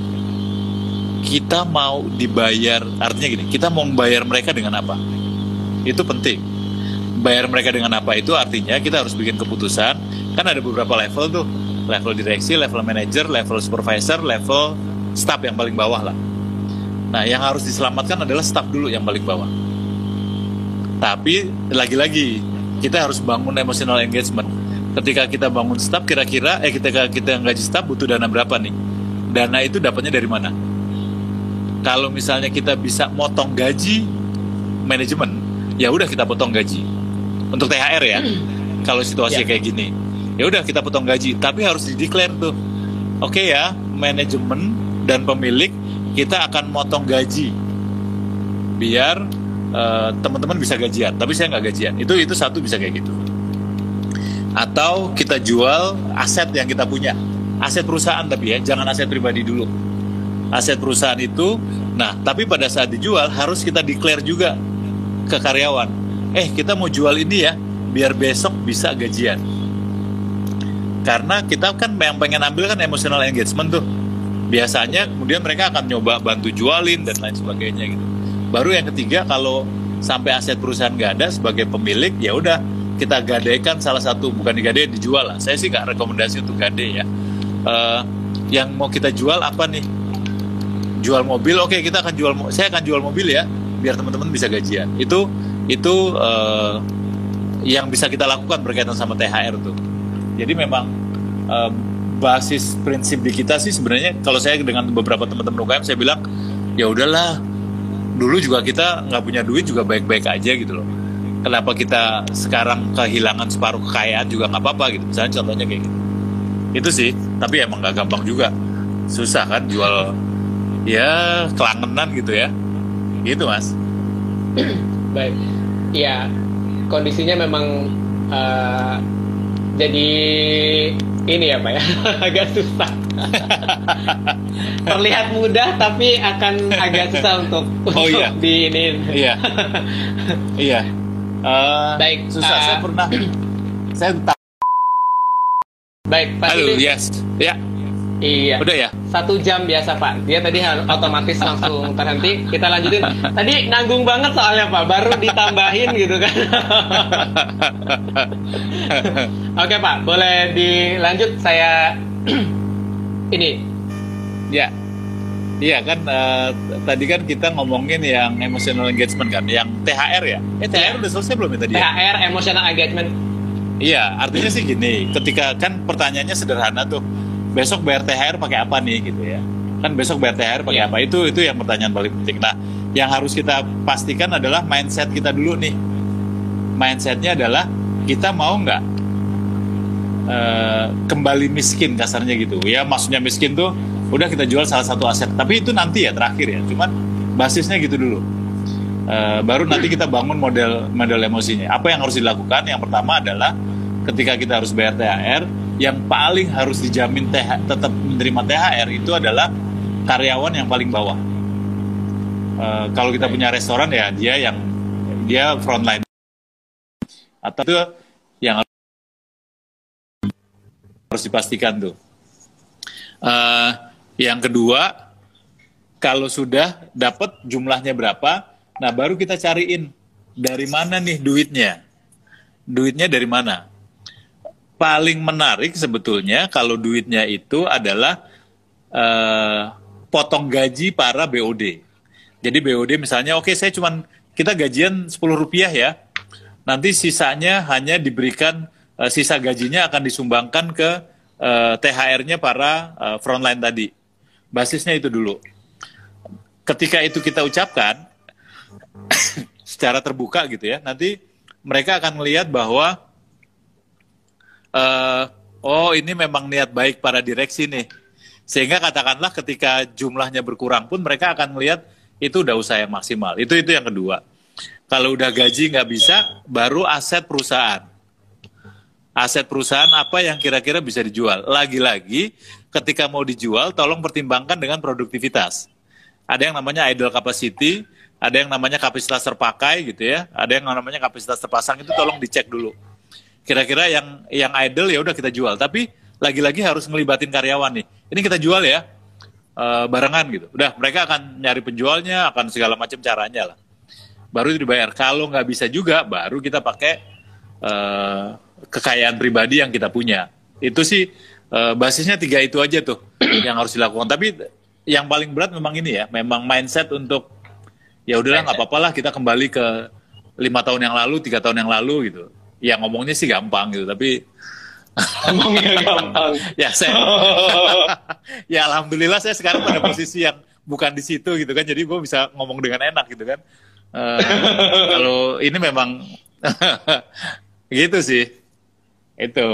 Speaker 2: Kita mau dibayar, artinya gini, kita mau membayar mereka dengan apa? Itu penting. Bayar mereka dengan apa itu artinya kita harus bikin keputusan. Kan ada beberapa level tuh, level direksi, level manager, level supervisor, level staff yang paling bawah lah. Nah, yang harus diselamatkan adalah staff dulu yang paling bawah. Tapi lagi-lagi kita harus bangun emotional engagement. Ketika kita bangun staff, kira-kira eh ketika kita gaji staff butuh dana berapa nih? Dana itu dapatnya dari mana? Kalau misalnya kita bisa motong gaji manajemen, ya udah kita potong gaji. Untuk T H R ya. Kalau situasi yeah. kayak gini, ya udah kita potong gaji. Tapi harus dideklar tuh. Oke okay ya, manajemen dan pemilik kita akan motong gaji biar uh, teman-teman bisa gajian. Tapi saya nggak gajian. Itu itu satu bisa kayak gitu. Atau kita jual aset yang kita punya, aset perusahaan tapi ya, jangan aset pribadi dulu. Aset perusahaan itu, nah tapi pada saat dijual harus kita declare juga ke karyawan. Eh kita mau jual ini ya, biar besok bisa gajian. Karena kita kan yang pengen ambil kan emotional engagement tuh. Biasanya kemudian mereka akan nyoba bantu jualin dan lain sebagainya gitu. Baru yang ketiga, kalau sampai aset perusahaan nggak ada sebagai pemilik, ya udah kita gadaikan salah satu, bukan digadai, dijual lah. Saya sih nggak rekomendasi untuk gadai ya. Uh, yang mau kita jual apa nih? Jual mobil, oke okay, kita akan jual, saya akan jual mobil ya, biar teman-teman bisa gajian. Itu itu uh, yang bisa kita lakukan berkaitan sama T H R tuh. Jadi memang uh, basis prinsip di kita sih sebenarnya, kalau saya dengan beberapa teman-teman U K M saya bilang ya udahlah, dulu juga kita nggak punya duit juga baik-baik aja gitu loh. Kenapa kita sekarang kehilangan separuh kekayaan juga nggak apa-apa gitu. Misalnya contohnya kayak gitu. Itu sih, tapi emang nggak gampang juga. Susah kan jual ya kelangenan gitu ya. Gitu Mas.
Speaker 1: Baik. Ya, kondisinya memang uh, jadi ini ya Pak ya, agak susah. Terlihat mudah tapi akan agak susah untuk,
Speaker 2: oh,
Speaker 1: untuk
Speaker 2: iya.
Speaker 1: di ini.
Speaker 2: Iya. Iya. Uh,
Speaker 1: Baik,
Speaker 2: susah. Uh, saya pernah. Saya tak.
Speaker 1: Baik, Pak.
Speaker 2: Halo,
Speaker 1: ini,
Speaker 2: yes, ya.
Speaker 1: Iya.
Speaker 2: Udah ya.
Speaker 1: Satu jam biasa Pak. Dia tadi otomatis langsung terhenti. Kita lanjutin. Tadi nanggung banget soalnya Pak. Baru ditambahin gitu kan. Oke Pak, boleh dilanjut. Saya ini.
Speaker 2: Ya. Iya kan, uh, tadi kan kita ngomongin yang emotional engagement kan, yang T H R ya. Eh T H R ya. Udah selesai belum ya tadi?
Speaker 1: T H R, emotional engagement.
Speaker 2: Iya, artinya sih gini, ketika kan pertanyaannya sederhana tuh, besok bayar T H R pakai apa nih gitu ya? Kan besok bayar T H R pakai ya. apa? Itu itu yang pertanyaan paling penting. Nah, yang harus kita pastikan adalah mindset kita dulu nih. Mindsetnya adalah kita mau nggak uh, kembali miskin kasarnya gitu. Ya maksudnya miskin tuh udah kita jual salah satu aset, tapi itu nanti ya terakhir ya, cuman basisnya gitu dulu. Uh, baru nanti kita bangun model model emosinya. Apa yang harus dilakukan? Yang pertama adalah ketika kita harus bayar T H R, yang paling harus dijamin T H, tetap menerima T H R itu adalah karyawan yang paling bawah. Uh, kalau kita punya restoran ya dia yang dia frontline, atau itu yang harus dipastikan tuh. Uh, Yang kedua, kalau sudah dapat jumlahnya berapa, nah baru kita cariin dari mana nih duitnya. Duitnya dari mana? Paling menarik sebetulnya kalau duitnya itu adalah uh, potong gaji para B O D. Jadi B O D misalnya, oke okay, saya cuman, kita gajian sepuluh rupiah ya, nanti sisanya hanya diberikan, uh, sisa gajinya akan disumbangkan ke uh, T H R-nya para uh, frontline tadi. Basisnya itu dulu. Ketika itu kita ucapkan secara terbuka gitu ya, nanti mereka akan melihat bahwa uh, oh ini memang niat baik para direksi nih. Sehingga katakanlah ketika jumlahnya berkurang pun mereka akan melihat itu udah usaha yang maksimal. Itu itu yang kedua. Kalau udah gaji nggak bisa, baru aset perusahaan. Aset perusahaan apa yang kira-kira bisa dijual. Lagi-lagi ketika mau dijual, tolong pertimbangkan dengan produktivitas. ada yang namanya idle capacity, ada yang namanya kapasitas terpakai gitu ya, ada yang namanya kapasitas terpasang, itu tolong dicek dulu. Kira-kira yang yang idle ya udah kita jual, tapi lagi-lagi harus ngelibatin karyawan nih. Ini kita jual ya, uh, barengan gitu. Udah mereka akan nyari penjualnya, akan segala macam caranya lah. Baru dibayar. Kalau nggak bisa juga, baru kita pakai uh, kekayaan pribadi yang kita punya. Itu sih uh, basisnya tiga itu aja tuh yang harus dilakukan. Tapi yang paling berat memang ini ya, memang mindset untuk ya udahlah nggak apa-apa lah kita kembali ke lima tahun yang lalu, tiga tahun yang lalu gitu. Ya ngomongnya sih gampang gitu, tapi
Speaker 1: ngomongnya gampang.
Speaker 2: ya saya, ya alhamdulillah saya sekarang pada posisi yang bukan di situ gitu kan, jadi gue bisa ngomong dengan enak gitu kan. Uh, kalau ini memang gitu sih, itu.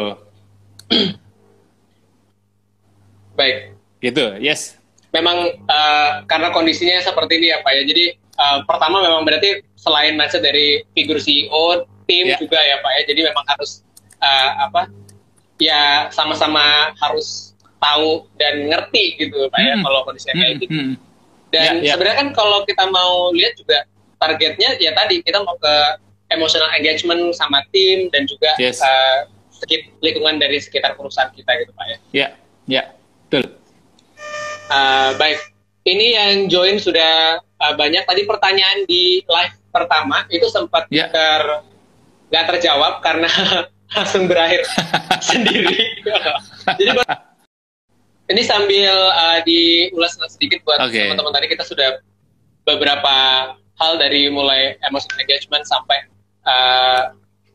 Speaker 1: Baik.
Speaker 2: Gitu, yes.
Speaker 1: Memang uh, karena kondisinya seperti ini ya Pak ya, jadi uh, pertama memang berarti selain mindset dari figur C E O, tim yeah. juga ya Pak ya, jadi memang harus uh, apa ya sama-sama harus tahu dan ngerti gitu Pak ya, hmm. kalau kondisinya kayak gitu. Hmm. Dan yeah, yeah. sebenarnya kan kalau kita mau lihat juga targetnya ya tadi kita mau ke emotional engagement sama tim dan juga yes. uh, sekit, lingkungan dari sekitar perusahaan kita gitu Pak ya.
Speaker 2: Ya, yeah. ya, yeah. betul.
Speaker 1: Uh, baik, ini yang join sudah uh, banyak. Tadi pertanyaan di live pertama itu sempat yeah. ter nggak terjawab karena langsung berakhir sendiri. Jadi ini sambil uh, diulas sedikit buat okay. teman-teman, tadi kita sudah beberapa hal dari mulai emotional engagement sampai uh,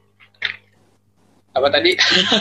Speaker 1: apa tadi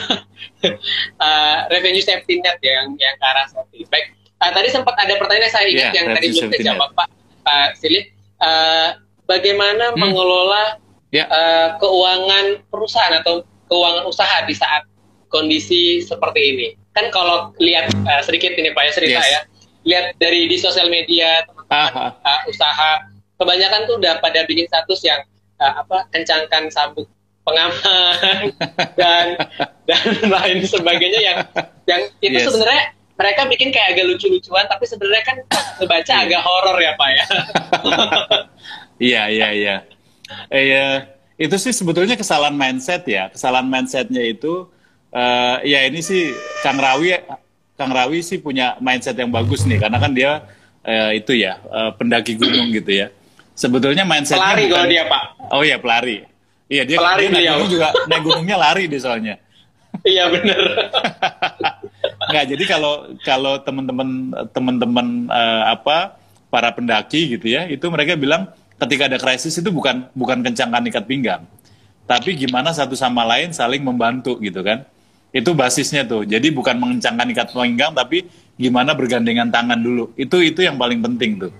Speaker 1: uh, revenue safety net ya, yang yang ke arah safety. Baik, uh, tadi sempat ada pertanyaan saya ingat yeah, yang tadi belum terjawab Pak uh, Silih, uh, bagaimana hmm. mengelola yeah. uh, keuangan perusahaan atau keuangan usaha di saat kondisi seperti ini. Kan kalau lihat uh, sedikit ini Pak ya cerita yes. ya, lihat dari di sosial media teman-teman uh, usaha, kebanyakan tuh udah pada bikin status yang uh, apa kencangkan sabuk pengaman dan dan lain sebagainya yang yang itu yes. sebenarnya mereka bikin kayak agak lucu-lucuan, tapi sebenarnya kan kebaca agak horor ya Pak ya.
Speaker 2: Iya iya iya. Eh itu sih sebetulnya kesalahan mindset ya, kesalahan mindsetnya itu uh, ya ini sih Kang Rawi Kang Rawi sih punya mindset yang bagus nih, karena kan dia uh, itu ya uh, pendaki gunung gitu ya. Sebetulnya mindsetnya
Speaker 1: pelari bukan, kalau dia Pak.
Speaker 2: Oh iya pelari. Iya dia,
Speaker 1: pelari
Speaker 2: dia naik gunung juga, naik gunungnya lari dia soalnya.
Speaker 1: Iya benar.
Speaker 2: Nggak, jadi kalau kalau teman-teman teman-teman uh, apa para pendaki gitu ya, itu mereka bilang ketika ada krisis itu bukan bukan kencangkan ikat pinggang, tapi gimana satu sama lain saling membantu gitu kan. Itu basisnya tuh. Jadi bukan mengencangkan ikat pinggang, tapi gimana bergandengan tangan dulu. Itu itu yang paling penting tuh.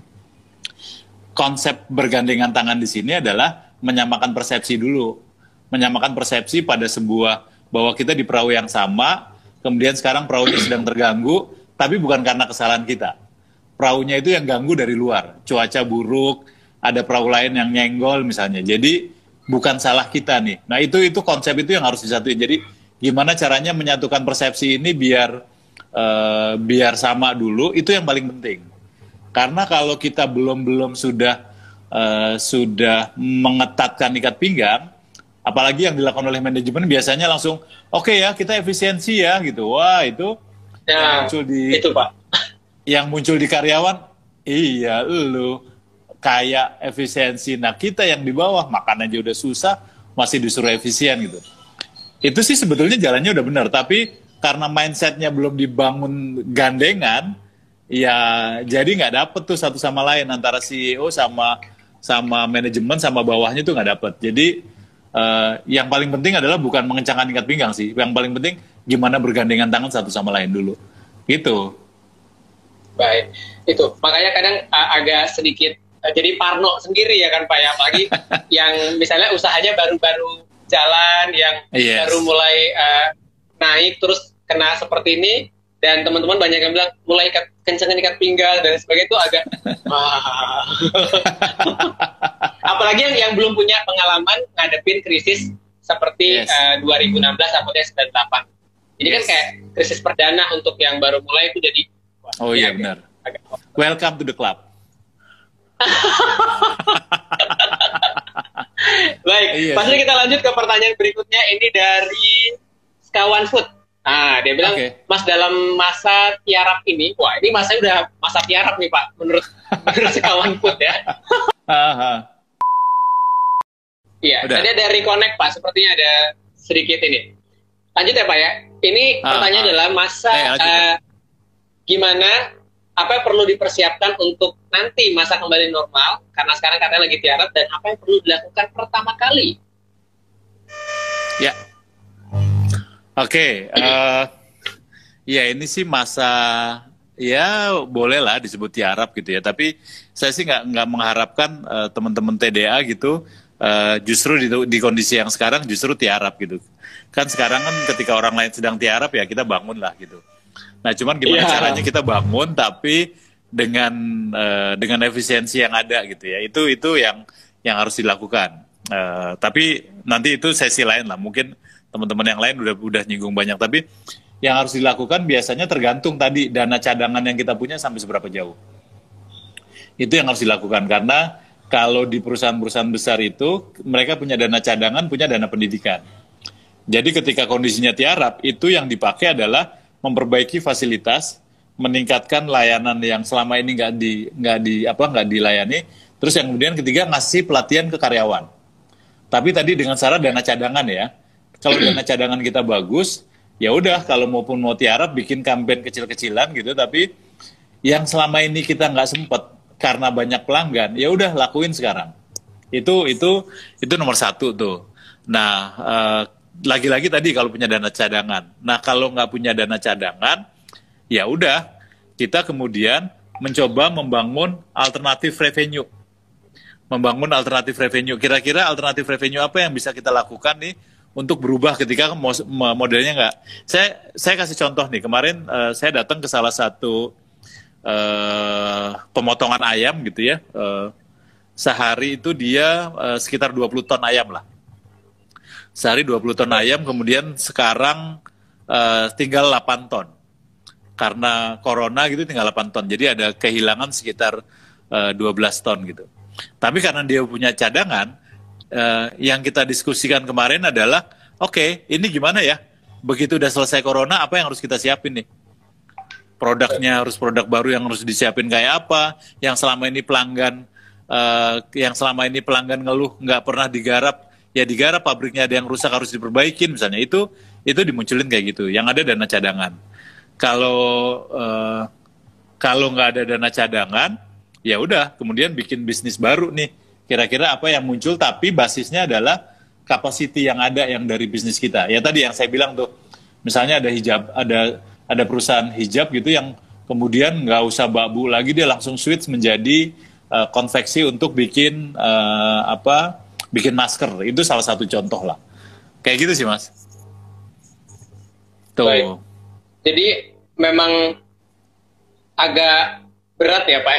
Speaker 2: Konsep bergandengan tangan di sini adalah menyamakan persepsi dulu. Menyamakan persepsi pada sebuah bahwa kita di perahu yang sama, kemudian sekarang perahunya sedang terganggu, tapi bukan karena kesalahan kita. Perahunya itu yang ganggu dari luar. Cuaca buruk, ada perahu lain yang nyenggol misalnya. Jadi bukan salah kita nih. Nah itu itu konsep itu yang harus disatuin. Jadi gimana caranya menyatukan persepsi ini biar uh, biar sama dulu, itu yang paling penting. Karena kalau kita belum belum sudah uh, sudah mengetatkan ikat pinggang, apalagi yang dilakukan oleh manajemen biasanya langsung oke okay ya kita efisiensi ya gitu. Wah itu
Speaker 1: ya,
Speaker 2: yang muncul di
Speaker 1: itu Pak.
Speaker 2: Yang muncul di karyawan, iya lu kayak efisiensi. Nah kita yang di bawah makan aja udah susah, masih disuruh efisien gitu. Itu sih sebetulnya jalannya udah benar, tapi karena mindsetnya belum dibangun gandengan, ya jadi nggak dapet tuh satu sama lain antara C E O sama sama manajemen sama bawahnya tuh nggak dapet. Jadi uh, yang paling penting adalah bukan mengencangkan ikat pinggang sih. Yang paling penting gimana bergandengan tangan satu sama lain dulu. Gitu.
Speaker 1: Baik, itu makanya kadang uh, agak sedikit jadi parno sendiri ya kan Pak ya, apalagi yang misalnya usahanya baru-baru jalan, yang yes. baru mulai uh, naik terus kena seperti ini, dan teman-teman banyak yang bilang mulai ikat, kencengin ikat pinggang dan sebagainya, itu agak apalagi yang, yang belum punya pengalaman ngadepin krisis seperti yes. uh, dua ribu enam belas sampai sembilan puluh delapan. Jadi yes. kan kayak krisis perdana untuk yang baru mulai itu jadi
Speaker 2: oh iya benar. Agak, welcome to the club.
Speaker 1: Baik,
Speaker 2: Iya
Speaker 1: pasti
Speaker 2: sih.
Speaker 1: kita lanjut ke pertanyaan berikutnya. Ini dari Sekawan Food. Ah, dia bilang,
Speaker 2: Oke.
Speaker 1: Mas dalam masa tiarap ini, wah ini masa udah masa tiarap nih Pak, menurut menurut Sekawan Food ya.
Speaker 2: Aha.
Speaker 1: Iya,
Speaker 2: Udah.
Speaker 1: tadi ada reconnect Pak, sepertinya ada sedikit ini. Lanjut ya Pak ya. Ini
Speaker 2: Ah,
Speaker 1: pertanyaan
Speaker 2: ah.
Speaker 1: adalah masa
Speaker 2: Eh, lanjut, ya.
Speaker 1: eh, gimana apa yang perlu dipersiapkan untuk nanti masa kembali normal karena sekarang katanya lagi tiarap, dan apa yang perlu dilakukan pertama kali?
Speaker 2: Ya. Oke. eh, ya ini sih masa ya boleh lah disebut tiarap gitu ya. Tapi saya sih nggak nggak mengharapkan eh, teman-teman T D A gitu eh, justru di, di kondisi yang sekarang justru tiarap gitu. Kan sekarang kan ketika orang lain sedang tiarap ya kita bangun lah gitu. Nah, cuman gimana
Speaker 1: Iya.
Speaker 2: caranya kita bangun tapi dengan eh, dengan efisiensi yang ada gitu ya. Itu itu yang yang harus dilakukan. Eh, tapi nanti itu sesi lain lah. Mungkin teman-teman yang lain udah udah nyinggung banyak. Tapi yang harus dilakukan biasanya tergantung tadi dana cadangan yang kita punya sampai seberapa jauh. Itu yang harus dilakukan karena kalau di perusahaan-perusahaan besar itu mereka punya dana cadangan, punya dana pendidikan. Jadi ketika kondisinya tiarap, itu yang dipakai adalah memperbaiki fasilitas, meningkatkan layanan yang selama ini nggak di nggak di apa nggak dilayani. Terus yang kemudian ketiga ngasih pelatihan ke karyawan. Tapi tadi dengan syarat dana cadangan ya. Kalau dana cadangan kita bagus, ya udah kalau maupun mau tiarap bikin kampanye kecil-kecilan gitu. Tapi yang selama ini kita nggak sempet karena banyak pelanggan, ya udah lakuin sekarang. Itu itu itu nomor satu tuh. Nah. Eh, lagi-lagi tadi kalau punya dana cadangan. Nah, kalau nggak punya dana cadangan, ya udah kita kemudian mencoba membangun alternatif revenue. Membangun alternatif revenue. Kira-kira alternatif revenue apa yang bisa kita lakukan nih untuk berubah ketika modelnya nggak? Saya saya kasih contoh nih. Kemarin uh, saya datang ke salah satu uh, pemotongan ayam gitu ya. Uh, sehari itu dia uh, sekitar dua puluh ton ayam lah. Sehari dua puluh ton ayam, kemudian sekarang uh, tinggal delapan ton. Karena corona gitu tinggal delapan ton. Jadi ada kehilangan sekitar uh, dua belas ton gitu. Tapi karena dia punya cadangan, uh, yang kita diskusikan kemarin adalah, oke, okay, ini gimana ya? Begitu udah selesai corona, apa yang harus kita siapin nih? Produknya harus produk baru yang harus disiapin kayak apa? Yang selama ini pelanggan, uh, yang selama ini pelanggan ngeluh nggak pernah digarap, ya digarap, pabriknya ada yang rusak harus diperbaikin misalnya, itu itu dimunculin kayak gitu. Yang ada dana cadangan. Kalau uh, kalau nggak ada dana cadangan, ya udah kemudian bikin bisnis baru nih. Kira-kira apa yang muncul tapi basisnya adalah capacity yang ada yang dari bisnis kita. Ya tadi yang saya bilang tuh, misalnya ada hijab, ada ada perusahaan hijab gitu yang kemudian nggak usah babu lagi, dia langsung switch menjadi uh, konveksi untuk bikin uh, apa? bikin masker. Itu salah satu contoh lah. Kayak gitu sih, Mas. Tuh.
Speaker 1: Baik. Jadi memang agak berat ya, Pak.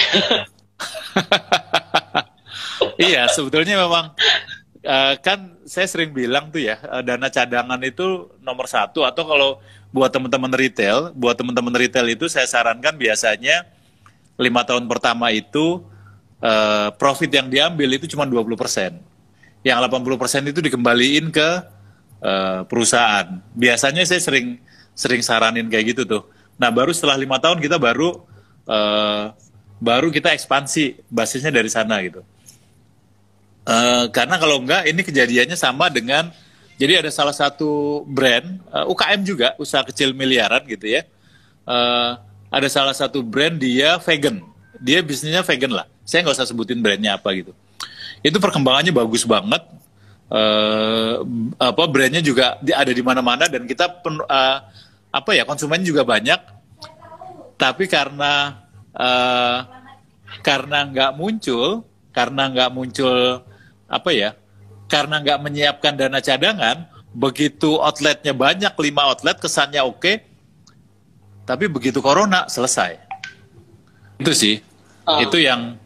Speaker 2: Iya, sebetulnya memang uh, kan saya sering bilang tuh ya, uh, dana cadangan itu nomor satu. Atau kalau buat teman-teman retail, buat teman-teman retail itu saya sarankan biasanya lima tahun pertama itu uh, profit yang diambil itu cuma dua puluh persen. Yang delapan puluh persen itu dikembaliin ke uh, perusahaan. Biasanya saya sering sering saranin kayak gitu tuh. Nah, baru setelah lima tahun kita baru uh, baru kita ekspansi basisnya dari sana gitu. Uh, karena kalau enggak, ini kejadiannya sama dengan, jadi ada salah satu brand uh, U K M juga, usaha kecil miliaran gitu ya. Uh, ada salah satu brand dia vegan, dia bisnisnya vegan lah. Saya nggak usah sebutin brandnya apa gitu. Itu perkembangannya bagus banget, uh, apa brandnya juga ada di mana-mana dan kita pen, uh, apa ya konsumen juga banyak, tapi karena uh, karena nggak muncul, karena nggak muncul apa ya, karena nggak menyiapkan dana cadangan, begitu outletnya banyak, lima outlet kesannya oke, tapi begitu corona selesai. Itu sih, uh. itu yang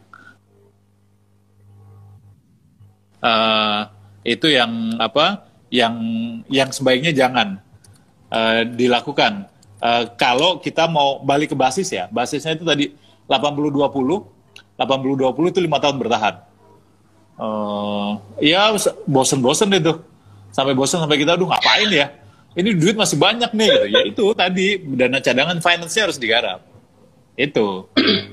Speaker 2: Uh, itu yang apa yang yang sebaiknya jangan uh, dilakukan. Uh, kalau kita mau balik ke basis ya, basisnya itu tadi delapan puluh dua puluh, delapan puluh dua puluh itu lima tahun bertahan. Uh, ya bosen-bosen itu. Sampai bosen sampai kita, aduh ngapain ya? Ini duit masih banyak nih gitu. Ya itu tadi dana cadangan finance-nya harus digarap. Itu.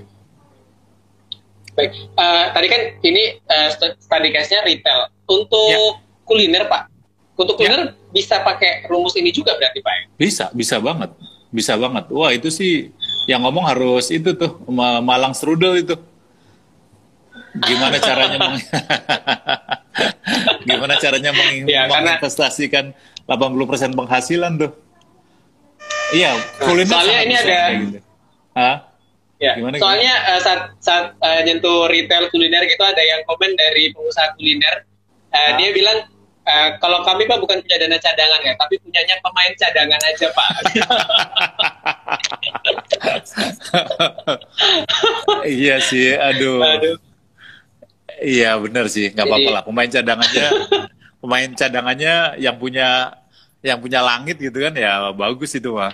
Speaker 1: Baik, uh, tadi kan ini uh, study case-nya retail. Untuk ya. kuliner Pak, untuk kuliner ya. bisa pakai rumus ini juga berarti Pak?
Speaker 2: Bisa, bisa banget. Bisa banget. Wah itu sih yang ngomong harus itu tuh, Malang Strudel itu. Gimana caranya meng... Gimana caranya meng... ya, menginvestasikan delapan puluh persen penghasilan tuh. Iya, kuliner
Speaker 1: soalnya ini ada
Speaker 2: gitu. Hah?
Speaker 1: Ya, gimana, soalnya gimana? Uh, saat, saat uh, nyentuh retail kuliner gitu ada yang komen dari pengusaha kuliner. Uh, dia bilang uh, kalau kami Pak bukan punya dana cadangan ya, tapi punyanya pemain cadangan aja Pak.
Speaker 2: Iya sih, aduh. aduh. Iya benar sih, nggak apa-apa lah. Pemain cadangannya, pemain cadangannya yang punya yang punya langit gitu kan ya bagus itu mah.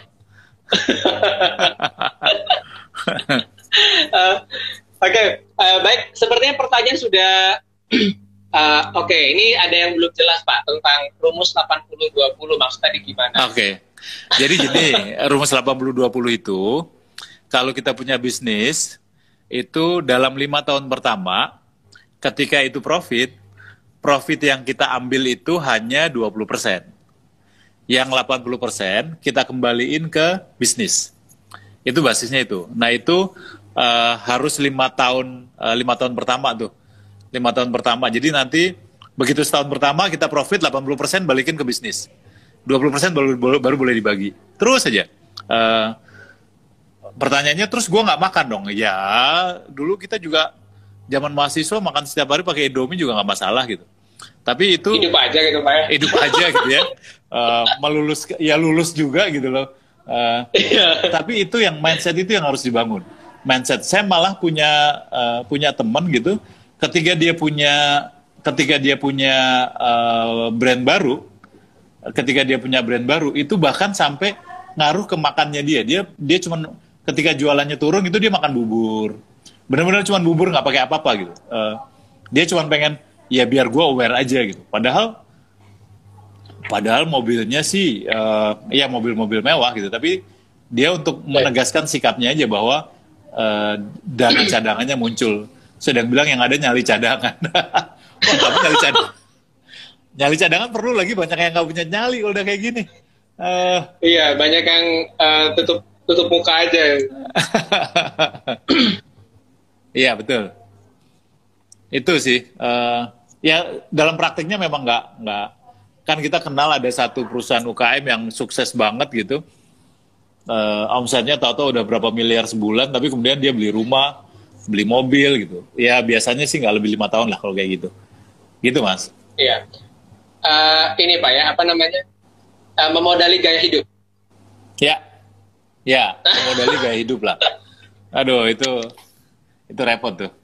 Speaker 1: uh, Oke, okay. uh, baik. Sepertinya pertanyaan sudah. uh, Oke, okay. Ini ada yang belum jelas Pak tentang rumus delapan puluh dua puluh maksud tadi gimana?
Speaker 2: Oke, okay. Jadi gini, rumus delapan puluh dua puluh itu kalau kita punya bisnis itu dalam lima tahun pertama. Ketika itu profit, profit yang kita ambil itu hanya dua puluh persen. Yang delapan puluh persen kita kembaliin ke bisnis. Itu basisnya itu. Nah itu uh, harus lima tahun, uh, lima tahun pertama tuh. Lima tahun pertama. Jadi nanti begitu setahun pertama kita profit delapan puluh persen balikin ke bisnis. dua puluh persen baru, baru, baru boleh dibagi. Terus aja. Uh, pertanyaannya terus gue nggak makan dong. Ya dulu kita juga zaman mahasiswa makan setiap hari pakai Indomie juga nggak masalah gitu. Tapi itu
Speaker 1: hidup aja gitu Pak ya.
Speaker 2: Hidup aja gitu ya. Uh, melulus ya lulus juga gitu loh. Uh, tapi itu yang mindset itu yang harus dibangun. Mindset saya malah punya uh, punya teman gitu. Ketika dia punya ketika dia punya uh, brand baru, ketika dia punya brand baru itu bahkan sampai ngaruh ke makannya dia. Dia dia cuma ketika jualannya turun itu dia makan bubur. Benar-benar cuma bubur nggak pakai apa-apa gitu. Uh, dia cuma pengen ya biar gue aware aja gitu. Padahal padahal mobilnya sih uh, ya mobil-mobil mewah gitu. Tapi dia untuk menegaskan sikapnya aja bahwa uh, dana cadangannya muncul. Sedang bilang yang ada nyali cadangan. Wah kamu nyali cadangan. Nyali cadangan perlu lagi banyak yang nggak punya nyali kalau udah kayak gini. Uh,
Speaker 1: iya banyak yang uh, tutup tutup muka aja.
Speaker 2: Iya betul, itu sih. Uh, ya dalam praktiknya memang nggak nggak kan kita kenal ada satu perusahaan U K M yang sukses banget gitu. Uh, omsetnya tahu-tahu udah berapa miliar sebulan, tapi kemudian dia beli rumah, beli mobil gitu. Ya biasanya sih nggak lebih lima tahun lah kalau kayak gitu. Gitu Mas.
Speaker 1: Iya. Uh, ini Pak ya apa namanya uh, memodali gaya hidup.
Speaker 2: Ya, ya memodali gaya hidup lah. Aduh itu. Itu repot tuh.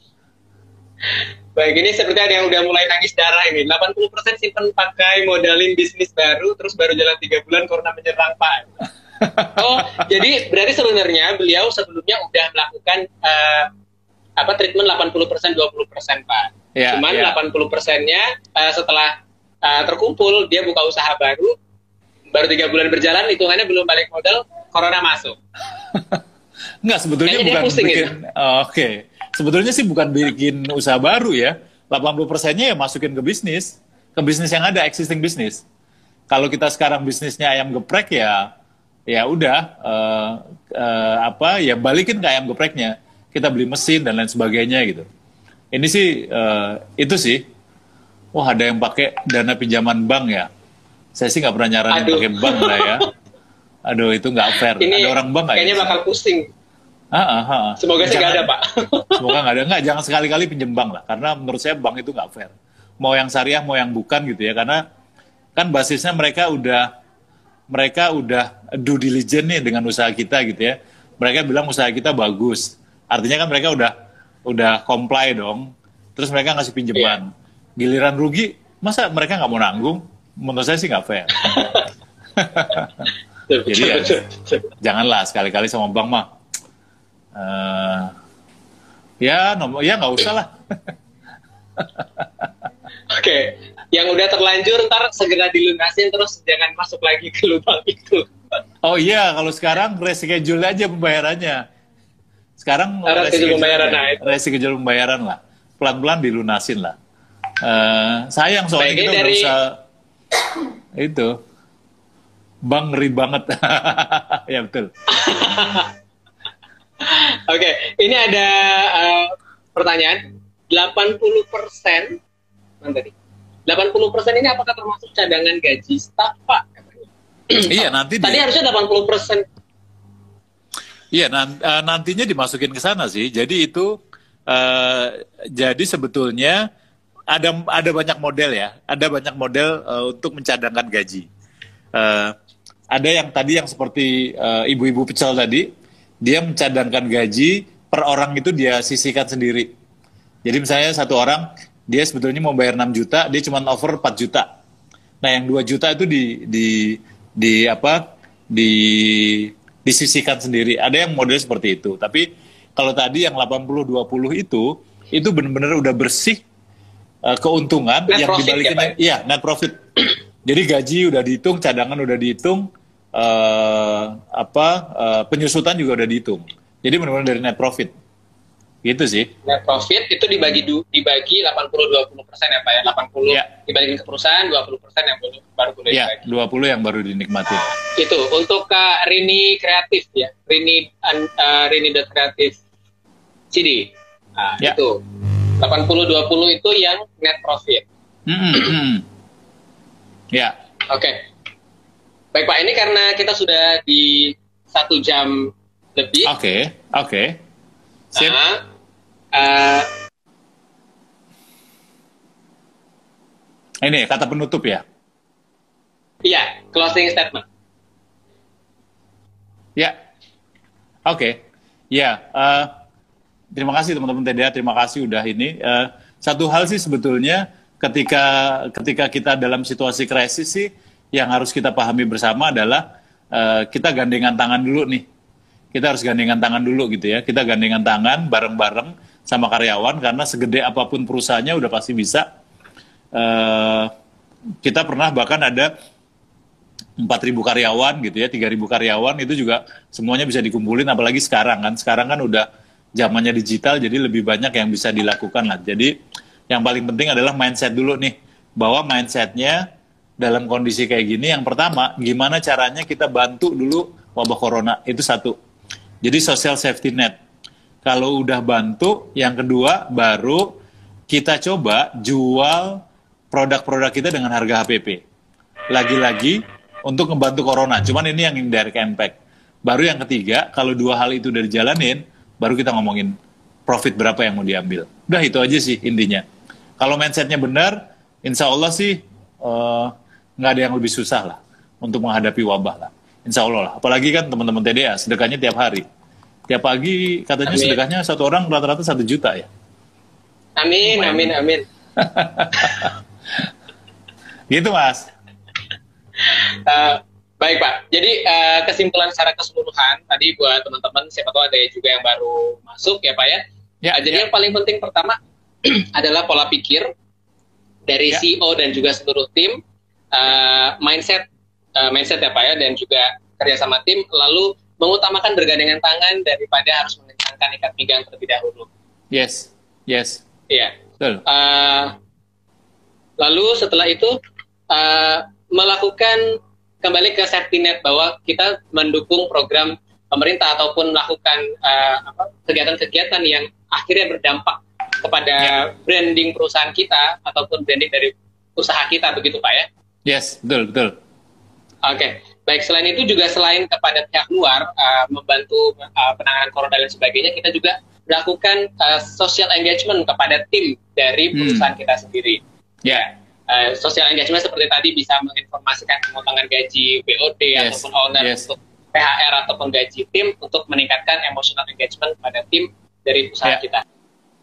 Speaker 1: Baik, ini seperti ada yang udah mulai nangis darah ini. delapan puluh persen simpen pakai modalin bisnis baru, terus baru jalan tiga bulan corona menyerang Pak. Oh, jadi berarti sebenarnya beliau sebelumnya udah melakukan uh, apa treatment delapan puluh persen, dua puluh persen Pak. Ya, Cuman ya. delapan puluh persennya uh, setelah uh, terkumpul, dia buka usaha baru, baru tiga bulan berjalan, hitungannya belum balik modal, corona masuk.
Speaker 2: Enggak, sebetulnya Kayaknya bukan bikin, gitu. uh, oke, okay. Sebetulnya sih bukan bikin usaha baru ya, delapan puluh persennya ya masukin ke bisnis, ke bisnis yang ada, existing bisnis. Kalau kita sekarang bisnisnya ayam geprek ya, ya udah, uh, uh, apa, ya balikin ke ayam gepreknya, kita beli mesin dan lain sebagainya gitu. Ini sih, uh, itu sih, wah ada yang pakai dana pinjaman bank ya, saya sih nggak pernah nyaranin pakai bank lah ya. Aduh itu nggak fair.
Speaker 1: Ini
Speaker 2: ada orang bank nggak?
Speaker 1: Kayaknya bakal pusing.
Speaker 2: Ah, ah, ah.
Speaker 1: Semoga sih nggak ada Pak.
Speaker 2: Semoga nggak ada. Nggak, jangan sekali-kali pinjem bank lah. Karena menurut saya bank itu nggak fair. Mau yang syariah, mau yang bukan gitu ya. Karena kan basisnya mereka udah mereka udah due diligence nih dengan usaha kita gitu ya. Mereka bilang usaha kita bagus. Artinya kan mereka udah udah comply dong. Terus mereka ngasih pinjaman. Yeah. Giliran rugi, masa mereka nggak mau nanggung? Menurut saya sih nggak fair. Jadi ya, janganlah sekali-kali sama bank mah. Uh, Ya, nomor, ya nggak usah lah.
Speaker 1: Oke, okay. Yang udah terlanjur ntar segera dilunasin terus jangan masuk lagi ke lubang itu.
Speaker 2: Oh iya, kalau sekarang reschedule aja pembayarannya. Sekarang
Speaker 1: reschedule pembayaran, nah,
Speaker 2: reschedule pembayaran lah, pelan-pelan dilunasin lah. Uh, sayang soalnya
Speaker 1: Baiknya
Speaker 2: kita
Speaker 1: dari...
Speaker 2: udah usah itu, bang ngeri banget. Ya betul.
Speaker 1: Oke, okay. Ini ada uh, pertanyaan. delapan puluh persen mana tadi? delapan puluh persen ini apakah termasuk cadangan gaji staf, Pak?
Speaker 2: Iya, nanti
Speaker 1: tadi
Speaker 2: di...
Speaker 1: harusnya delapan puluh persen.
Speaker 2: Iya, nanti, uh, nantinya dimasukin ke sana sih. Jadi itu uh, jadi sebetulnya ada ada banyak model ya. Ada banyak model uh, untuk mencadangkan gaji. Uh, ada yang tadi yang seperti uh, ibu-ibu pecel tadi, dia mencadangkan gaji per orang itu dia sisihkan sendiri. Jadi misalnya satu orang, dia sebetulnya mau bayar enam juta, dia cuma over empat juta. Nah yang dua juta itu di, di, di apa, di, disisihkan sendiri. Ada yang model seperti itu. Tapi kalau tadi yang delapan puluh dua puluh itu, itu benar-benar udah bersih uh, keuntungan
Speaker 1: net
Speaker 2: yang
Speaker 1: profit,
Speaker 2: dibalikin.
Speaker 1: Ya,
Speaker 2: iya, net profit. Jadi gaji udah dihitung, cadangan udah dihitung, uh, apa uh, penyusutan juga udah dihitung. Jadi benar-benar dari net profit. Gitu sih.
Speaker 1: Net profit itu dibagi du, dibagi delapan puluh dua puluh persen ya Pak ya. delapan puluh ya. Dibagi ke perusahaan, dua puluh persen yang baru, baru boleh
Speaker 2: ya,
Speaker 1: dibagi.
Speaker 2: dua puluh yang baru dinikmati.
Speaker 1: Nah, itu untuk Kak Rini Kreatif ya. Rini uh, Rini The Kreatif C D. Nah, ya. Itu. delapan puluh dua puluh itu yang net profit.
Speaker 2: Mm-hmm. Ya.
Speaker 1: Oke. Okay. Baik Pak, ini karena kita sudah di satu jam lebih.
Speaker 2: Oke, okay. oke. Okay. Sip.
Speaker 1: Nah, uh,
Speaker 2: ini kata penutup ya?
Speaker 1: Iya, closing statement.
Speaker 2: Ya, oke. Okay. Ya, uh, terima kasih teman-teman T D A, terima kasih udah ini. Uh, satu hal sih sebetulnya ketika ketika kita dalam situasi krisis sih, yang harus kita pahami bersama adalah uh, kita gandengan tangan dulu nih. Kita harus gandengan tangan dulu gitu ya. Kita gandengan tangan bareng-bareng sama karyawan karena segede apapun perusahaannya udah pasti bisa. Uh, kita pernah bahkan ada empat ribu karyawan gitu ya, tiga ribu karyawan itu juga semuanya bisa dikumpulin apalagi sekarang kan. Sekarang kan udah zamannya digital jadi lebih banyak yang bisa dilakukan lah. Jadi yang paling penting adalah mindset dulu nih. Bahwa mindsetnya dalam kondisi kayak gini yang pertama gimana caranya kita bantu dulu wabah corona itu satu. Jadi social safety net. Kalau udah bantu, yang kedua baru kita coba jual produk-produk kita dengan harga H P P. Lagi-lagi untuk membantu corona. Cuman ini yang indirect impact. Baru yang ketiga, kalau dua hal itu udah dijalanin, baru kita ngomongin profit berapa yang mau diambil. Udah itu aja sih intinya. Kalau mindsetnya benar, insya Allah sih nggak uh, ada yang lebih susah lah untuk menghadapi wabah lah. Insya Allah lah. Apalagi kan teman-teman T D A sedekahnya tiap hari. Tiap pagi katanya amin. Sedekahnya satu orang rata-rata satu juta ya.
Speaker 1: Amin, Lumayan. amin, amin.
Speaker 2: Gitu Mas.
Speaker 1: Uh, baik Pak. Jadi uh, kesimpulan secara keseluruhan tadi buat teman-teman siapa tahu ada juga yang baru masuk ya Pak ya. ya uh, jadi ya. Yang paling penting pertama adalah pola pikir dari ya. C E O dan juga seluruh tim, uh, mindset. Uh, mindset ya Pak ya, dan juga kerjasama tim, lalu mengutamakan bergandengan tangan daripada harus mengencangkan ikat pinggang terlebih dahulu.
Speaker 2: Yes, yes.
Speaker 1: Iya. Uh, lalu setelah itu uh, melakukan kembali ke safety net bahwa kita mendukung program pemerintah ataupun melakukan uh, apa, kegiatan-kegiatan yang akhirnya berdampak kepada yeah. branding perusahaan kita ataupun branding dari usaha kita, begitu Pak ya?
Speaker 2: Yes, betul, betul.
Speaker 1: Oke, okay. Baik. Selain itu juga selain kepada pihak luar uh, membantu uh, penanganan corona dan sebagainya, kita juga melakukan uh, social engagement kepada tim dari perusahaan hmm. kita sendiri.
Speaker 2: Ya,
Speaker 1: yeah. uh, social engagement seperti tadi bisa menginformasikan pemotongan gaji B O D yes. ataupun owner yes. untuk P H R ataupun gaji tim untuk meningkatkan emotional engagement pada tim dari usaha yeah. kita.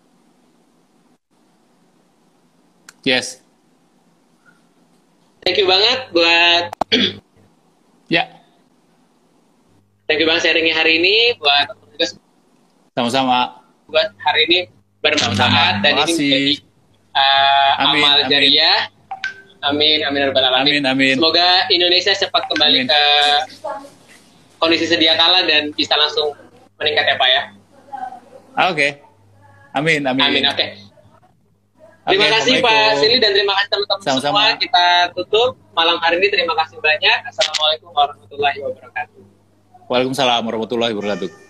Speaker 2: Yes.
Speaker 1: Thank you banget buat
Speaker 2: ya.
Speaker 1: Thank you banget sharingnya hari ini buat
Speaker 2: sama-sama.
Speaker 1: semoga hari ini bermanfaat dan ini menjadi uh,
Speaker 2: amin,
Speaker 1: amal
Speaker 2: amin.
Speaker 1: jariah. Amin, amin, rabbal alamin.
Speaker 2: Amin, amin.
Speaker 1: Semoga Indonesia cepat kembali
Speaker 2: Amin.
Speaker 1: ke kondisi sedia kala dan bisa langsung meningkat ya Pak ya.
Speaker 2: Oke, okay. Amin, amin.
Speaker 1: Amin, oke. Okay. Terima
Speaker 2: okay,
Speaker 1: kasih Pak Silly dan terima kasih teman-teman semua. Kita tutup malam hari ini. Terima kasih banyak. Assalamualaikum warahmatullahi wabarakatuh.
Speaker 2: Waalaikumsalam warahmatullahi wabarakatuh.